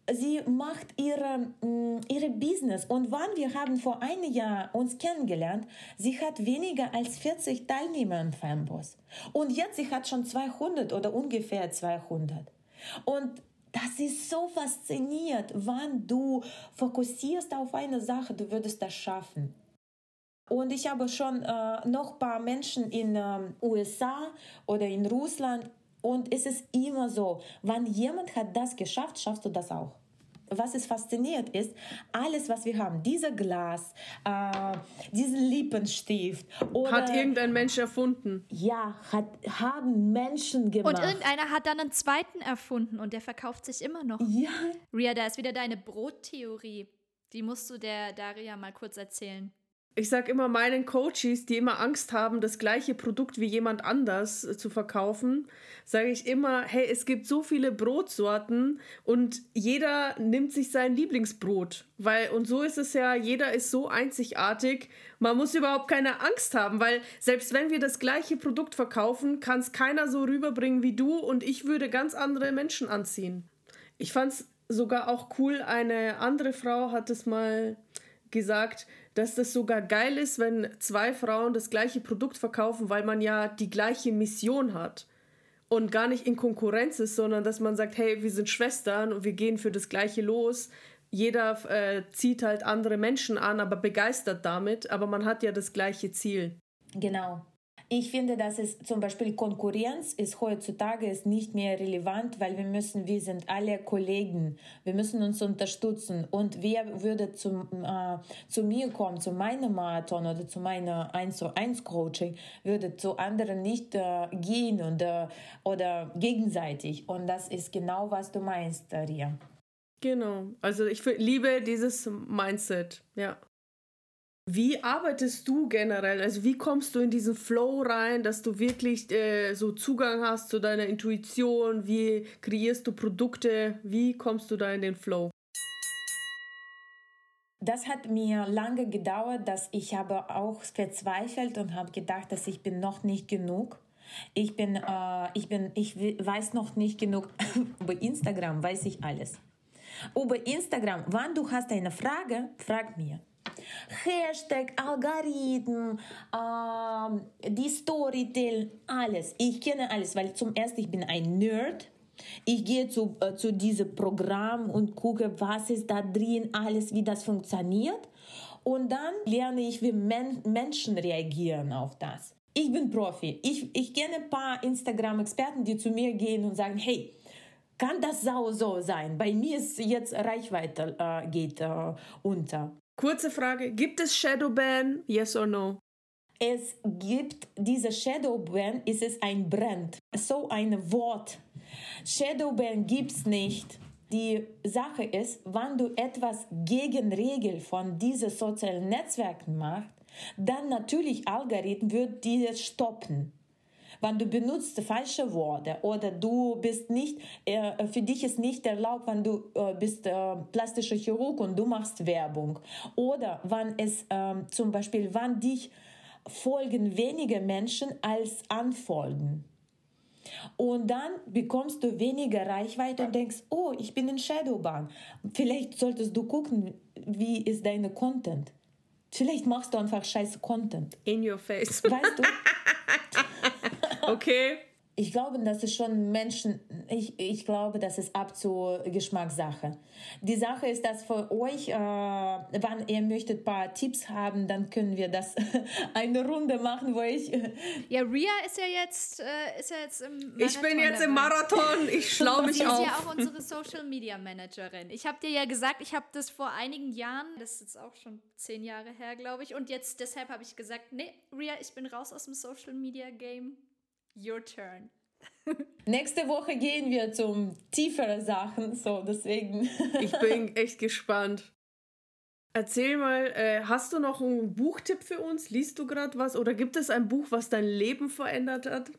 sie macht ihre Business. Und wann wir haben vor einem Jahr uns kennengelernt, sie hat weniger als 40 Teilnehmer im Fanboss. Und jetzt sie hat schon 200 oder ungefähr 200. Und das ist so faszinierend, wann du fokussierst auf eine Sache, du würdest das schaffen. Und ich habe schon noch ein paar Menschen in USA oder in Russland. Und es ist immer so, wenn jemand hat das geschafft, schaffst du das auch. Was es fasziniert ist, alles, was wir haben, dieser Glas, diesen Lippenstift. Oder, hat irgendein Mensch erfunden. Ja, haben Menschen gemacht. Und irgendeiner hat dann einen zweiten erfunden und der verkauft sich immer noch. Ja. Ria, da ist wieder deine Brottheorie. Die musst du der Daria mal kurz erzählen. Ich sage immer meinen Coaches, die immer Angst haben, das gleiche Produkt wie jemand anders zu verkaufen, sage ich immer, hey, es gibt so viele Brotsorten und jeder nimmt sich sein Lieblingsbrot. Und so ist es ja, jeder ist so einzigartig, man muss überhaupt keine Angst haben, weil selbst wenn wir das gleiche Produkt verkaufen, kann es keiner so rüberbringen wie du und ich würde ganz andere Menschen anziehen. Ich fand es sogar auch cool, eine andere Frau hat es mal gesagt, dass das sogar geil ist, wenn zwei Frauen das gleiche Produkt verkaufen, weil man ja die gleiche Mission hat und gar nicht in Konkurrenz ist, sondern dass man sagt, hey, wir sind Schwestern und wir gehen für das Gleiche los. Jeder zieht halt andere Menschen an, aber begeistert damit, aber man hat ja das gleiche Ziel. Genau. Ich finde, dass es zum Beispiel Konkurrenz ist heutzutage nicht mehr relevant, weil wir sind alle Kollegen, wir müssen uns unterstützen. Und wer würde zu mir kommen, zu meinem Marathon oder zu meiner 1-zu-1-Coaching, würde zu anderen nicht gehen oder gegenseitig. Und das ist genau, was du meinst, Ria. Genau, also ich liebe dieses Mindset, ja. Wie arbeitest du generell? Also wie kommst du in diesen Flow rein, dass du wirklich so Zugang hast zu deiner Intuition? Wie kreierst du Produkte? Wie kommst du da in den Flow? Das hat mir lange gedauert, dass ich habe auch verzweifelt und habe gedacht, dass ich bin noch nicht genug. Ich weiß noch nicht genug. Über Instagram weiß ich alles. Über Instagram, wenn du hast eine Frage, frag mir. Hashtag, Algorithmen, die Storytelling, alles. Ich kenne alles, weil zum Ersten, ich bin ein Nerd. Ich gehe zu diesem Programm und gucke, was ist da drin, alles, wie das funktioniert. Und dann lerne ich, wie Menschen reagieren auf das. Ich bin Profi. Ich kenne ein paar Instagram-Experten, die zu mir gehen und sagen, hey, kann das so sein? Bei mir ist jetzt Reichweite geht unter. Kurze Frage, gibt es Shadowban? Yes or no? Es gibt diese Shadowban, ist es ein Brand, so ein Wort. Shadowban gibt es nicht. Die Sache ist, wenn du etwas gegen Regel von diesen sozialen Netzwerken machst, dann natürlich Algorithmen wird dir stoppen. Wenn du benutzt falsche Worte oder du bist nicht, für dich ist nicht erlaubt, wenn du bist plastischer Chirurg und du machst Werbung. Oder wenn es zum Beispiel, wenn dich folgen weniger Menschen als anfolgen. Und dann bekommst du weniger Reichweite und denkst, oh, ich bin in Shadowban. Vielleicht solltest du gucken, wie ist deine Content. Vielleicht machst du einfach scheiß Content. In your face. Weißt du? Okay. Ich glaube, das ist schon ich glaube, das ist ab zur Geschmackssache. Die Sache ist, dass für euch, wenn ihr möchtet ein paar Tipps haben, dann können wir das eine Runde machen, wo ich... Ja, Ria ist ja jetzt im Marathon. Ich bin jetzt im Marathon, ich schlau mich auf. Sie ist ja auch unsere Social-Media-Managerin. Ich habe dir ja gesagt, ich habe das vor einigen Jahren, das ist jetzt auch schon 10 Jahre her, glaube ich, und jetzt deshalb habe ich gesagt, nee, Ria, ich bin raus aus dem Social-Media-Game. Your turn. Nächste Woche gehen wir zum tieferen Sachen, so deswegen. Ich bin echt gespannt. Erzähl mal, hast du noch einen Buchtipp für uns? Liest du gerade was? Oder gibt es ein Buch, was dein Leben verändert hat?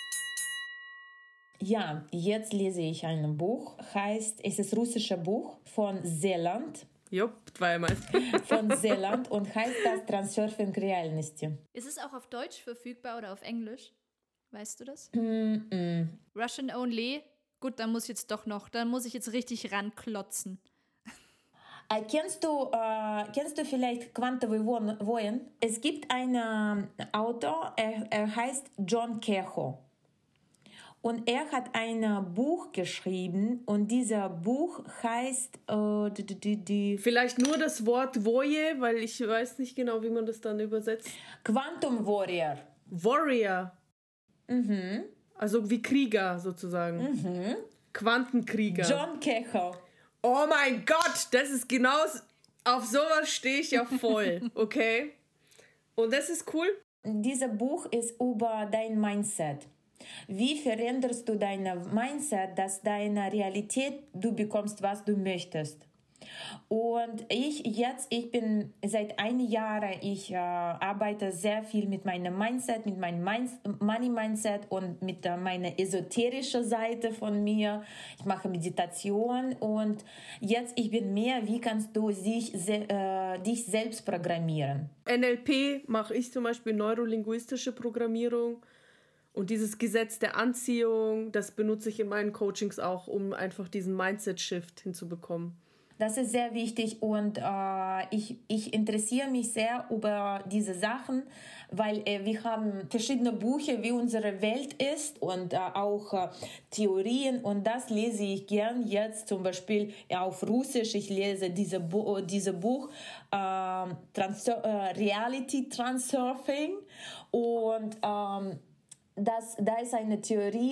Ja, jetzt lese ich ein Buch. Es ist ein russisches Buch von Zeland. Jupp, zweimal. Von Zeland und heißt das Transurfing Reality. Ist es auch auf Deutsch verfügbar oder auf Englisch? Weißt du das? Mm-mm. Russian only? Gut, dann muss ich jetzt richtig ranklotzen. Kennst du vielleicht Quantum Voyen? Es gibt einen Autor, er heißt John Kehoe. Und er hat ein Buch geschrieben und dieser Buch heißt Vielleicht nur das Wort Voye, weil ich weiß nicht genau, wie man das dann übersetzt. Quantum Warrior. Warrior. Also wie Krieger sozusagen. Quantenkrieger. John Kehoe. Oh mein Gott, das ist genau, auf sowas stehe ich ja voll, okay? Und das ist cool. Dieses Buch ist über dein Mindset. Wie veränderst du dein Mindset, dass deine Realität, du bekommst, was du möchtest? Und ich bin seit einem Jahr, ich arbeite sehr viel mit meinem Mindset, mit meinem Money-Mindset und mit meiner esoterischen Seite von mir. Ich mache Meditation und jetzt ich bin mehr, wie kannst du dich selbst programmieren? NLP mache ich zum Beispiel, neurolinguistische Programmierung. Und dieses Gesetz der Anziehung, das benutze ich in meinen Coachings auch, um einfach diesen Mindset-Shift hinzubekommen. Das ist sehr wichtig und ich interessiere mich sehr über diese Sachen, weil wir haben verschiedene Bücher, wie unsere Welt ist und auch Theorien und das lese ich gern jetzt zum Beispiel auf Russisch. Ich lese dieses Buch Reality Transurfing und da ist eine Theorie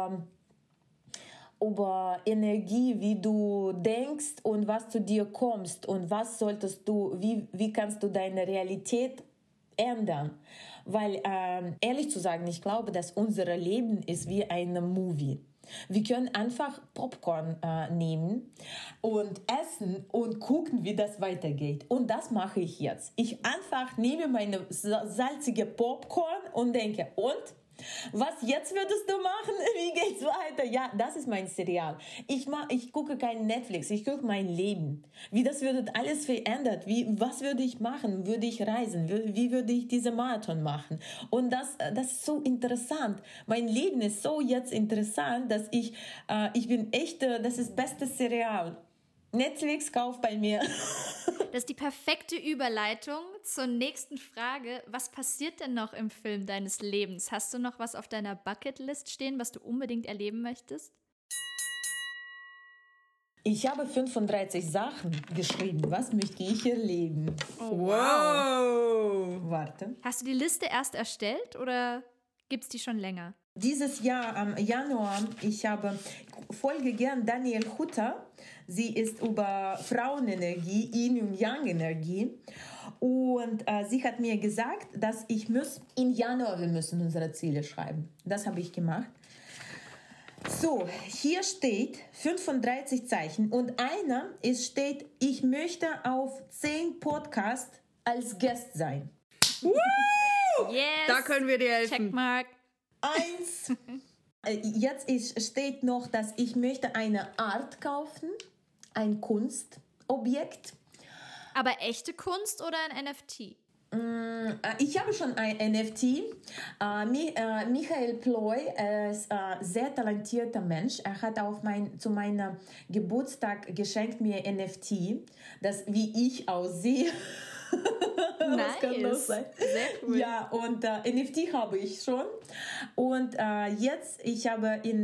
über Energie, wie du denkst und was zu dir kommst und was solltest du, wie kannst du deine Realität ändern. Weil, ehrlich zu sagen, ich glaube, dass unser Leben ist wie ein Movie. Wir können einfach Popcorn nehmen und essen und gucken, wie das weitergeht. Und das mache ich jetzt. Ich einfach nehme meine salzige Popcorn und denke, und? Was jetzt würdest du machen? Wie geht's weiter? Ja, das ist mein Serial. Ich gucke kein Netflix, ich gucke mein Leben. Wie das würde alles verändert. Was würde ich machen? Würde ich reisen? Wie würde ich diese Marathon machen? Und das ist so interessant. Mein Leben ist so jetzt interessant, dass ich bin echt, das ist das beste Serial. Netflix kauft bei mir. Das ist die perfekte Überleitung zur nächsten Frage. Was passiert denn noch im Film deines Lebens? Hast du noch was auf deiner Bucketlist stehen, was du unbedingt erleben möchtest? Ich habe 35 Sachen geschrieben. Was möchte ich erleben? Oh, wow! Warte. Hast du die Liste erst erstellt oder gibt es die schon länger? Dieses Jahr, am Januar, ich folge gern Daniel Hutter. Sie ist über Frauenenergie, Yin und Yang Energie. Und sie hat mir gesagt, dass im Januar wir müssen unsere Ziele schreiben. Das habe ich gemacht. So, hier steht 35 Zeichen und steht, ich möchte auf 10 Podcasts als Gast sein. Woo! Yes! Da können wir dir helfen. Checkmark. 1. Jetzt steht noch, dass ich möchte eine Art kaufen, ein Kunstobjekt. Aber echte Kunst oder ein NFT? Ich habe schon ein NFT. Michael Ploy ist ein sehr talentierter Mensch. Er hat zu meinem Geburtstag geschenkt mir NFT, das wie ich aussehe. Nice. Kann das sein? Sehr cool. Ja, und NFT habe ich schon. Und jetzt, ich habe in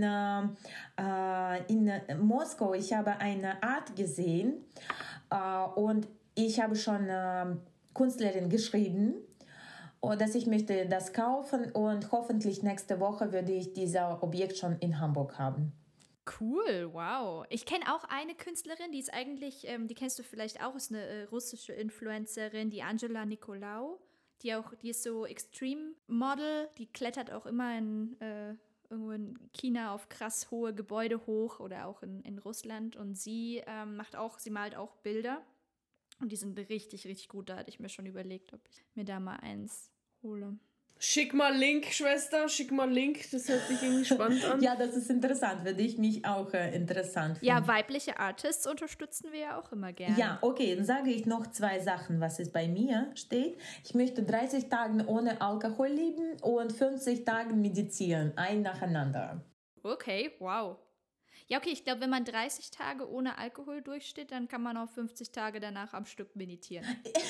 Moskau, ich habe eine Art gesehen und ich habe schon Künstlerin geschrieben, dass ich möchte das kaufen und hoffentlich nächste Woche würde ich dieses Objekt schon in Hamburg haben. Cool, wow. Ich kenne auch eine Künstlerin, die ist eigentlich, die kennst du vielleicht auch, ist eine russische Influencerin, die Angela Nikolaou. Die ist so Extreme Model, die klettert auch immer irgendwo in China auf krass hohe Gebäude hoch oder auch in Russland. Und sie malt auch Bilder. Und die sind richtig, richtig gut. Da hatte ich mir schon überlegt, ob ich mir da mal eins hole. Schick mal Link, Schwester, schick mal Link. Das hört sich irgendwie spannend an. Ja, das ist interessant, würde ich mich auch interessant finden. Ja, weibliche Artists unterstützen wir ja auch immer gerne. Ja, okay, dann sage ich noch 2 Sachen, was es bei mir steht. Ich möchte 30 Tage ohne Alkohol leben und 50 Tage meditieren, ein nacheinander. Okay, wow. Ja, okay, ich glaube, wenn man 30 Tage ohne Alkohol durchsteht, dann kann man auch 50 Tage danach am Stück meditieren.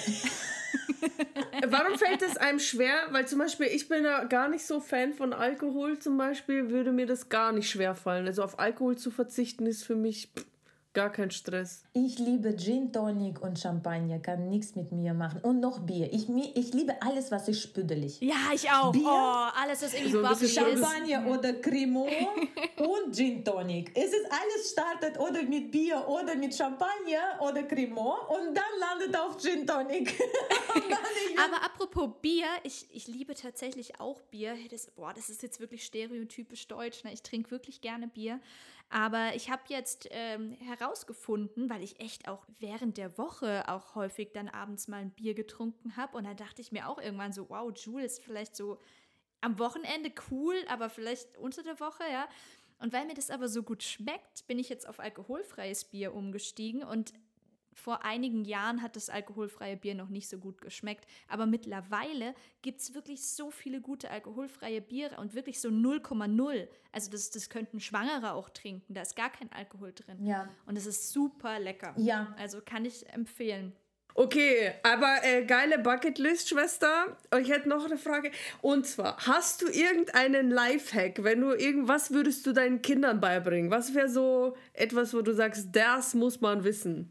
Warum fällt es einem schwer? Weil zum Beispiel, ich bin ja gar nicht so Fan von Alkohol zum Beispiel, würde mir das gar nicht schwer fallen. Also auf Alkohol zu verzichten ist für mich gar kein Stress. Ich liebe Gin Tonic und Champagner, kann nichts mit mir machen. Und noch Bier. Ich liebe alles, was ist spüdelig. Ja, ich auch. Bier? Oh, alles, was irgendwie So ein bisschen bubbly ist. Champagner oder Cremant und Gin Tonic. Es ist alles startet oder mit Bier oder mit Champagner oder Cremant und dann landet auf Gin Tonic. Aber apropos Bier, ich liebe tatsächlich auch Bier. Das ist jetzt wirklich stereotypisch deutsch. Ne? Ich trinke wirklich gerne Bier. Aber ich habe jetzt herausgefunden, weil ich echt auch während der Woche auch häufig dann abends mal ein Bier getrunken habe. Und dann dachte ich mir auch irgendwann so, wow, Jules ist vielleicht so am Wochenende cool, aber vielleicht unter der Woche, ja. Und weil mir das aber so gut schmeckt, bin ich jetzt auf alkoholfreies Bier umgestiegen. Und vor einigen Jahren hat das alkoholfreie Bier noch nicht so gut geschmeckt. Aber mittlerweile gibt es wirklich so viele gute alkoholfreie Biere und wirklich so 0,0. Also das könnten Schwangere auch trinken. Da ist gar kein Alkohol drin. Ja. Und es ist super lecker. Ja. Also kann ich empfehlen. Okay, aber geile Bucketlist, Schwester. Ich hätte noch eine Frage. Und zwar, hast du irgendeinen Lifehack, was würdest du deinen Kindern beibringen? Was wäre so etwas, wo du sagst, das muss man wissen?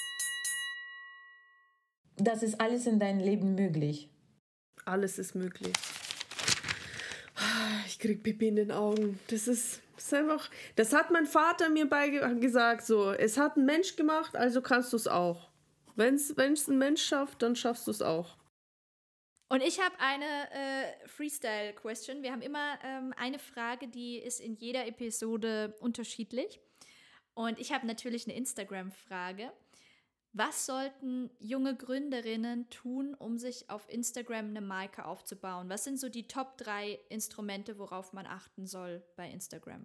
Das ist alles in deinem Leben möglich. Alles ist möglich. Ich krieg Pipi in den Augen. Das ist einfach, das hat mein Vater mir gesagt, so, es hat ein Mensch gemacht, also kannst du es auch. Wenn es ein Mensch schafft, dann schaffst du es auch. Und ich habe eine Freestyle-Question. Wir haben immer eine Frage, die ist in jeder Episode unterschiedlich. Und ich habe natürlich eine Instagram-Frage. Was sollten junge Gründerinnen tun, um sich auf Instagram eine Marke aufzubauen? Was sind so die Top 3 Instrumente, worauf man achten soll bei Instagram?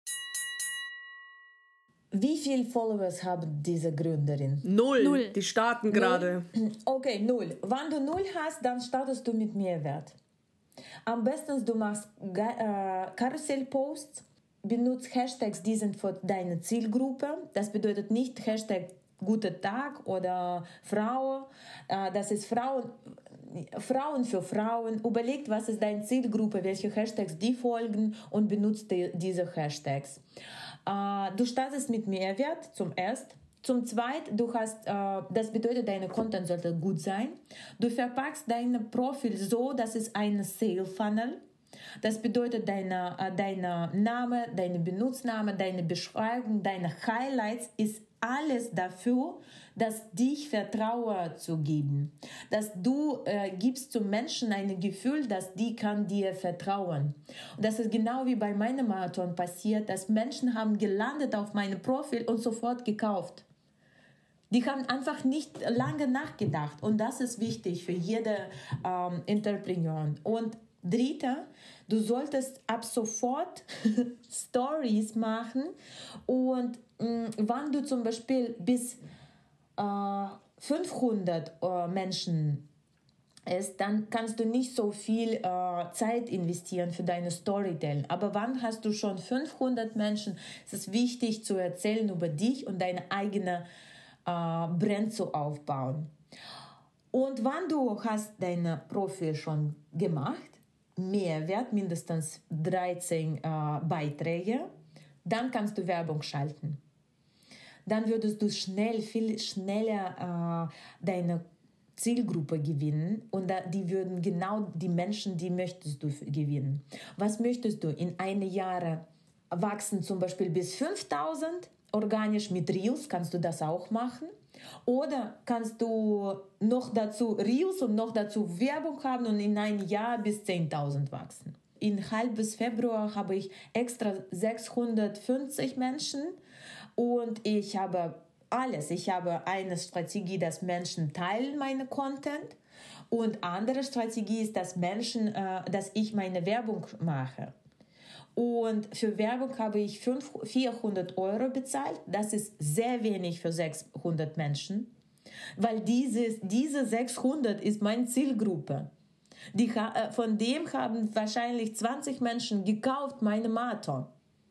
Wie viele Followers haben diese Gründerin? 0. Die starten gerade. Okay, 0. Wenn du 0 hast, dann startest du mit Mehrwert. Am besten du machst Karussellposts, benutzt Hashtags, die sind für deine Zielgruppe. Das bedeutet nicht Hashtag guter Tag oder Frau. Das ist Frauen für Frauen. Überlegt, was ist deine Zielgruppe, welche Hashtags die folgen und benutzt diese Hashtags. Du startest mit Mehrwert zum Ersten. Zum Zweiten, das bedeutet, dein Content sollte gut sein. Du verpackst dein Profil so, dass es ein Sale Funnel. Das bedeutet, dein Name, deine Benutzname, deine Beschreibung, deine Highlights ist alles dafür, dass dich Vertrauen zu geben. Dass du gibst zum Menschen ein Gefühl, dass die kann dir vertrauen. Und das ist genau wie bei meinem Marathon passiert, dass Menschen haben gelandet auf meinem Profil und sofort gekauft. Die haben einfach nicht lange nachgedacht. Und das ist wichtig für jede Entrepreneur. Und Dritter, du solltest ab sofort Stories machen und wenn du zum Beispiel bis 500 Menschen ist, dann kannst du nicht so viel Zeit investieren für deine Storytelling. Aber wann hast du schon 500 Menschen, ist es wichtig zu erzählen über dich und deine eigene Brand zu aufbauen. Und wenn du hast dein Profil schon gemacht, Mehrwert, mindestens 13 Beiträge, dann kannst du Werbung schalten. Dann würdest du viel schneller deine Zielgruppe gewinnen und die würden genau die Menschen, die möchtest du gewinnen. Was möchtest du? In einem Jahr wachsen zum Beispiel bis 5000 organisch mit Reels, kannst du das auch machen. Oder kannst du noch dazu Reels und noch dazu Werbung haben und in einem Jahr bis 10.000 wachsen. In halbes Februar habe ich extra 650 Menschen und ich habe alles. Ich habe eine Strategie, dass Menschen teilen meine Content und andere Strategie ist, dass ich meine Werbung mache. Und für Werbung habe ich 400 Euro bezahlt. Das ist sehr wenig für 600 Menschen, weil diese 600 ist meine Zielgruppe. Von dem haben wahrscheinlich 20 Menschen gekauft, meine Marathon.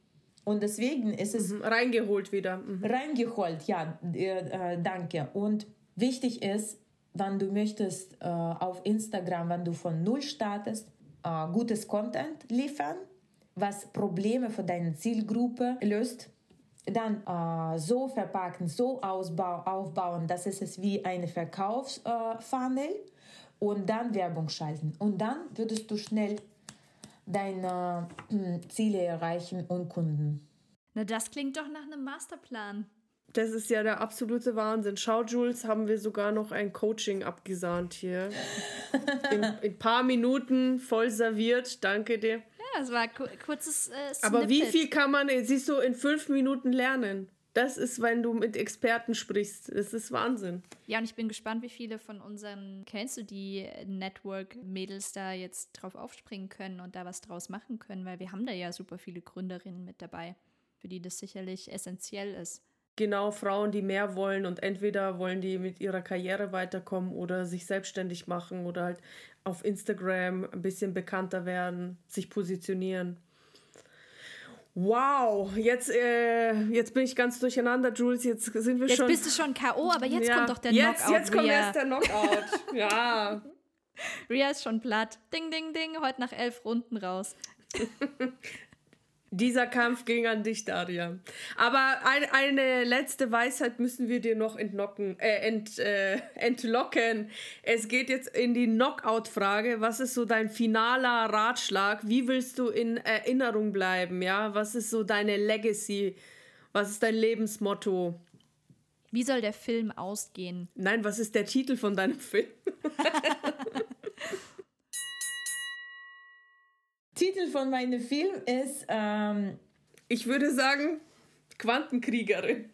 Und deswegen ist es reingeholt wieder. Reingeholt, ja, danke. Und wichtig ist, wenn du möchtest auf Instagram, wenn du von Null startest, gutes Content liefern, was Probleme für deine Zielgruppe löst, dann so verpacken, so aufbauen, dass es ist wie eine Verkaufsfunnel und dann Werbung schalten. Und dann würdest du schnell deine Ziele erreichen und Kunden. Na, das klingt doch nach einem Masterplan. Das ist ja der absolute Wahnsinn. Schau, Jules, haben wir sogar noch ein Coaching abgesahnt hier. In ein paar Minuten voll serviert. Danke dir. Ja, es war ein kurzes Snippet. Aber wie viel kann man, siehst du, in 5 Minuten lernen? Das ist, wenn du mit Experten sprichst. Das ist Wahnsinn. Ja, und ich bin gespannt, wie viele von unseren, kennst du die Network-Mädels da jetzt drauf aufspringen können und da was draus machen können, weil wir haben da ja super viele Gründerinnen mit dabei, für die das sicherlich essentiell ist. Genau, Frauen, die mehr wollen und entweder wollen die mit ihrer Karriere weiterkommen oder sich selbstständig machen oder halt auf Instagram ein bisschen bekannter werden, sich positionieren. Wow, jetzt bin ich ganz durcheinander, Jules. Jetzt sind wir schon... Jetzt bist du schon K.O., aber jetzt kommt doch der Knockout. Jetzt kommt erst der Knockout, ja. Ria ist schon platt. Ding, ding, ding, heute nach 11 Runden raus. Dieser Kampf ging an dich, Daria. Aber eine letzte Weisheit müssen wir dir noch entlocken. Es geht jetzt in die Knockout-Frage. Was ist so dein finaler Ratschlag? Wie willst du in Erinnerung bleiben? Ja? Was ist so deine Legacy? Was ist dein Lebensmotto? Wie soll der Film ausgehen? Nein, was ist der Titel von deinem Film? Titel von meinem Film ist... ich würde sagen, Quantenkriegerin.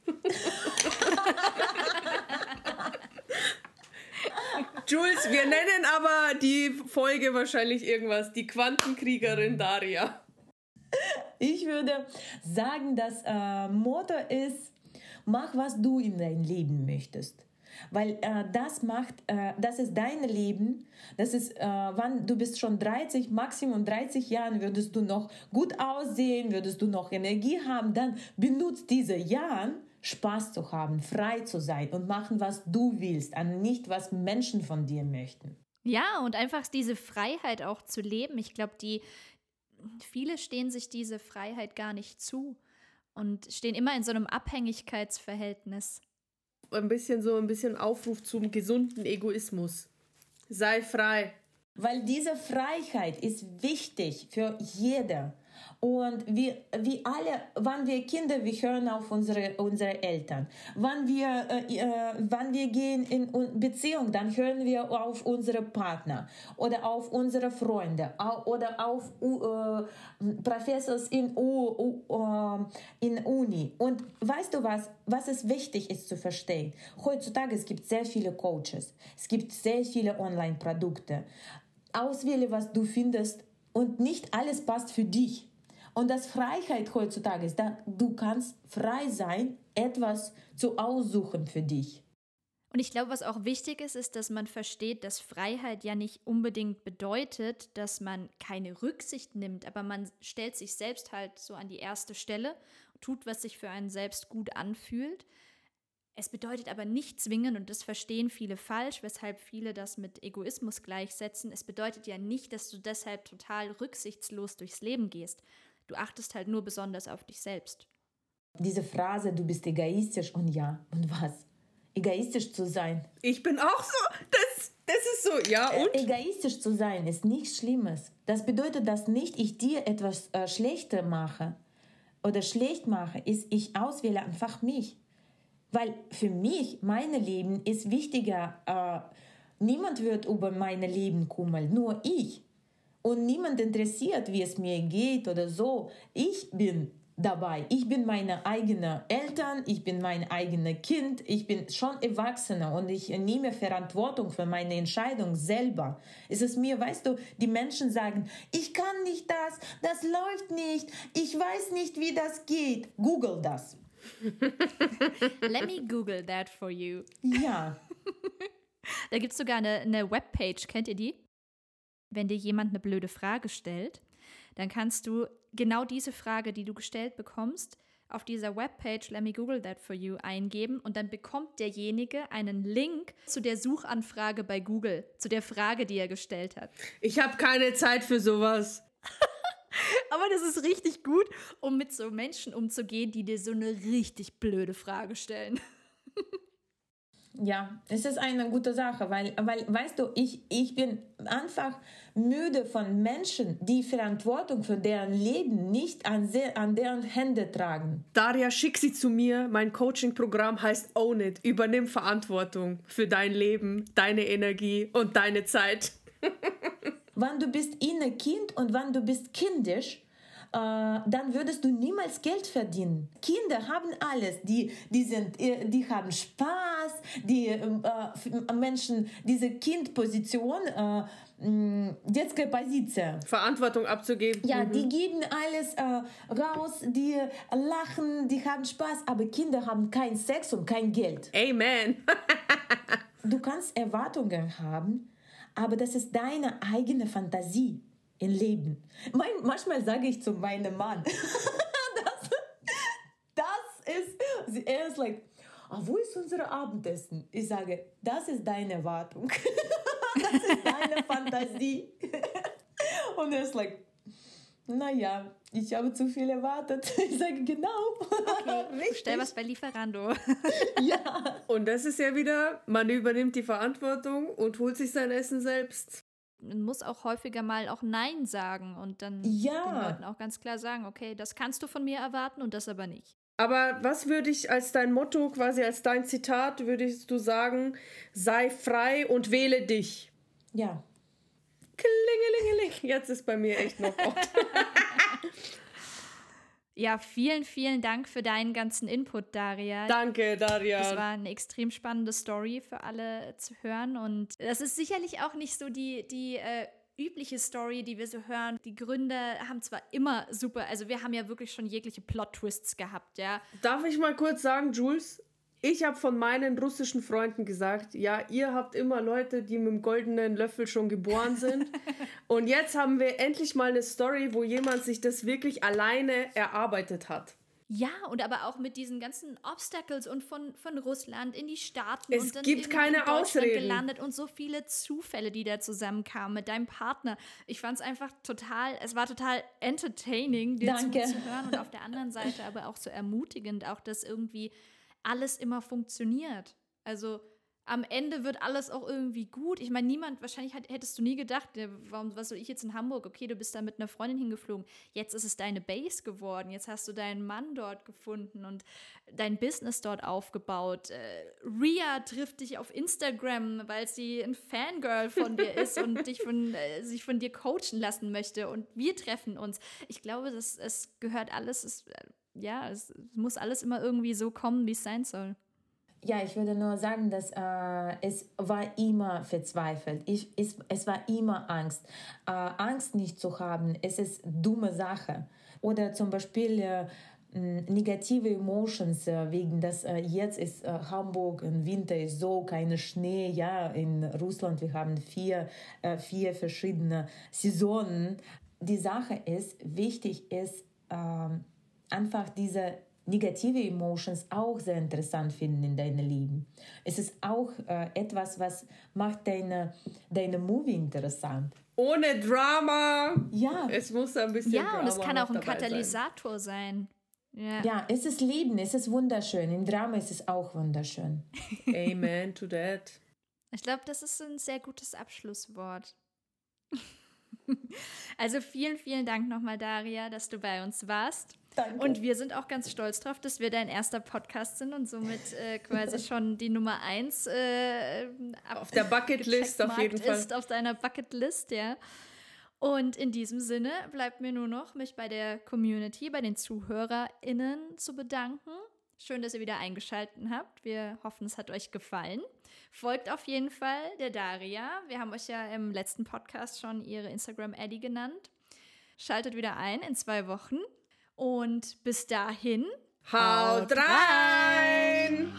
Jules, wir nennen aber die Folge wahrscheinlich irgendwas. Die Quantenkriegerin Daria. Ich würde sagen, das Motto ist, mach, was du in dein Leben möchtest. Weil das ist dein Leben, das ist, wann du bist schon 30, Maximum 30 Jahren, würdest du noch gut aussehen, würdest du noch Energie haben, dann benutzt diese Jahre, Spaß zu haben, frei zu sein und machen, was du willst, und nicht, was Menschen von dir möchten. Ja, und einfach diese Freiheit auch zu leben. Ich glaube, viele stehen sich diese Freiheit gar nicht zu und stehen immer in so einem Abhängigkeitsverhältnis. Ein bisschen Aufruf zum gesunden Egoismus. Sei frei. Weil diese Freiheit ist wichtig für jeder. Und wir alle, wenn wir Kinder, wir hören auf unsere Eltern. Wenn wir gehen in Beziehung, dann hören wir auf unsere Partner oder auf unsere Freunde oder auf Professors in Uni. Und weißt du was es wichtig ist zu verstehen? Heutzutage es gibt sehr viele Coaches, es gibt sehr viele Online-Produkte. Auswähle, was du findest, und nicht alles passt für dich. Und das Freiheit heutzutage ist, du kannst frei sein, etwas zu aussuchen für dich. Und ich glaube, was auch wichtig ist, dass man versteht, dass Freiheit ja nicht unbedingt bedeutet, dass man keine Rücksicht nimmt, aber man stellt sich selbst halt so an die erste Stelle, tut, was sich für einen selbst gut anfühlt. Es bedeutet aber nicht zwingend, und das verstehen viele falsch, weshalb viele das mit Egoismus gleichsetzen, es bedeutet ja nicht, dass du deshalb total rücksichtslos durchs Leben gehst. Du achtest halt nur besonders auf dich selbst. Diese Phrase, du bist egoistisch, und was? Egoistisch zu sein. Ich bin auch so, das ist so, ja und? Egoistisch zu sein ist nichts Schlimmes. Das bedeutet, dass nicht ich dir etwas schlecht mache, ich auswähle einfach mich. Weil für mich, mein Leben ist wichtiger. Niemand wird über mein Leben kümmern, nur ich. Und niemand interessiert, wie es mir geht oder so. Ich bin dabei. Ich bin meine eigenen Eltern, ich bin mein eigenes Kind, ich bin schon Erwachsener und ich nehme Verantwortung für meine Entscheidung selber. Es ist mir, weißt du, die Menschen sagen, ich kann nicht das läuft nicht, ich weiß nicht, wie das geht. Google das. Let me Google that for you. Ja. Da gibt es sogar eine Webpage, kennt ihr die? Wenn dir jemand eine blöde Frage stellt, dann kannst du genau diese Frage, die du gestellt bekommst, auf dieser Webpage Let me Google that for you eingeben und dann bekommt derjenige einen Link zu der Suchanfrage bei Google, zu der Frage, die er gestellt hat. Ich habe keine Zeit für sowas. Aber das ist richtig gut, um mit so Menschen umzugehen, die dir so eine richtig blöde Frage stellen. Ja, es ist eine gute Sache, weil weißt du, ich bin einfach müde von Menschen, die Verantwortung für deren Leben nicht an deren Hände tragen. Daria, schick sie zu mir. Mein Coaching-Programm heißt Own It. Übernimm Verantwortung für dein Leben, deine Energie und deine Zeit. Wenn du bist Kind und wenn du bist kindisch, dann würdest du niemals Geld verdienen. Kinder haben alles. Die haben Spaß. Die Menschen, diese Kindposition, детская позиция. Verantwortung abzugeben. Ja, die geben alles raus, die lachen, die haben Spaß. Aber Kinder haben keinen Sex und kein Geld. Amen. Du kannst Erwartungen haben, aber das ist deine eigene Fantasie im Leben. Manchmal sage ich zu meinem Mann, er ist like, wo ist unser Abendessen? Ich sage, das ist deine Erwartung. Das ist deine Fantasie. Und er ist like, naja, ich habe zu viel erwartet. Ich sage, genau. Okay, bestell was bei Lieferando. Ja. Und das ist ja wieder, man übernimmt die Verantwortung und holt sich sein Essen selbst. Man muss auch häufiger mal auch Nein sagen und dann den Leuten auch ganz klar sagen, okay, das kannst du von mir erwarten und das aber nicht. Aber was würde ich als dein Motto, quasi als dein Zitat, würdest du sagen, sei frei und wähle dich? Ja. Klingelingeling. Jetzt ist bei mir echt noch Ort. Ja, vielen, vielen Dank für deinen ganzen Input, Daria. Danke, Daria. Das war eine extrem spannende Story für alle zu hören. Und das ist sicherlich auch nicht so die übliche Story, die wir so hören. Die Gründe haben zwar immer super, also wir haben ja wirklich schon jegliche Plot-Twists gehabt, ja. Darf ich mal kurz sagen, Jules? Ich habe von meinen russischen Freunden gesagt, ja, ihr habt immer Leute, die mit dem goldenen Löffel schon geboren sind. Und jetzt haben wir endlich mal eine Story, wo jemand sich das wirklich alleine erarbeitet hat. Ja, und aber auch mit diesen ganzen Obstacles und von Russland in die Staaten Es und dann gibt in keine Deutschland Ausreden. gelandet und so viele Zufälle, die da zusammenkamen mit deinem Partner. Ich fand es war total entertaining, dir zuzuhören und auf der anderen Seite aber auch so ermutigend, auch dass irgendwie alles immer funktioniert. Also am Ende wird alles auch irgendwie gut. Ich meine, wahrscheinlich hättest du nie gedacht, was soll ich jetzt in Hamburg? Okay, du bist da mit einer Freundin hingeflogen. Jetzt ist es deine Base geworden. Jetzt hast du deinen Mann dort gefunden und dein Business dort aufgebaut. Ria trifft dich auf Instagram, weil sie ein Fangirl von dir ist und sich von dir coachen lassen möchte. Und wir treffen uns. Ich glaube, es gehört alles, es muss alles immer irgendwie so kommen, wie es sein soll. Ja, ich würde nur sagen, dass es war immer verzweifelt. Es war immer Angst. Angst nicht zu haben, es ist eine dumme Sache. Oder zum Beispiel negative Emotions, wegen dass jetzt ist Hamburg, im Winter ist so, keine Schnee. Ja, in Russland, wir haben vier verschiedene Saisonen. Die Sache ist, wichtig ist, einfach diese negative Emotions auch sehr interessant finden in deinem Leben. Es ist auch etwas, was macht deine Movie interessant. Ohne Drama. Ja. Es muss ein bisschen Drama Ja, und es kann auch ein dabei Katalysator sein. Ja, es ist Leben, es ist wunderschön. Im Drama ist es auch wunderschön. Amen to that. Ich glaube, das ist ein sehr gutes Abschlusswort. Also vielen, vielen Dank nochmal, Daria, dass du bei uns warst. Danke. Und wir sind auch ganz stolz drauf, dass wir dein erster Podcast sind und somit quasi schon die Nummer 1 auf der Bucketlist auf jeden Fall. Ist auf deiner Bucketlist, ja. Und in diesem Sinne bleibt mir nur noch, mich bei der Community, bei den ZuhörerInnen zu bedanken. Schön, dass ihr wieder eingeschaltet habt. Wir hoffen, es hat euch gefallen. Folgt auf jeden Fall der Daria. Wir haben euch ja im letzten Podcast schon ihre Instagram-Addy genannt. Schaltet wieder ein in 2 Wochen. Und bis dahin, haut rein!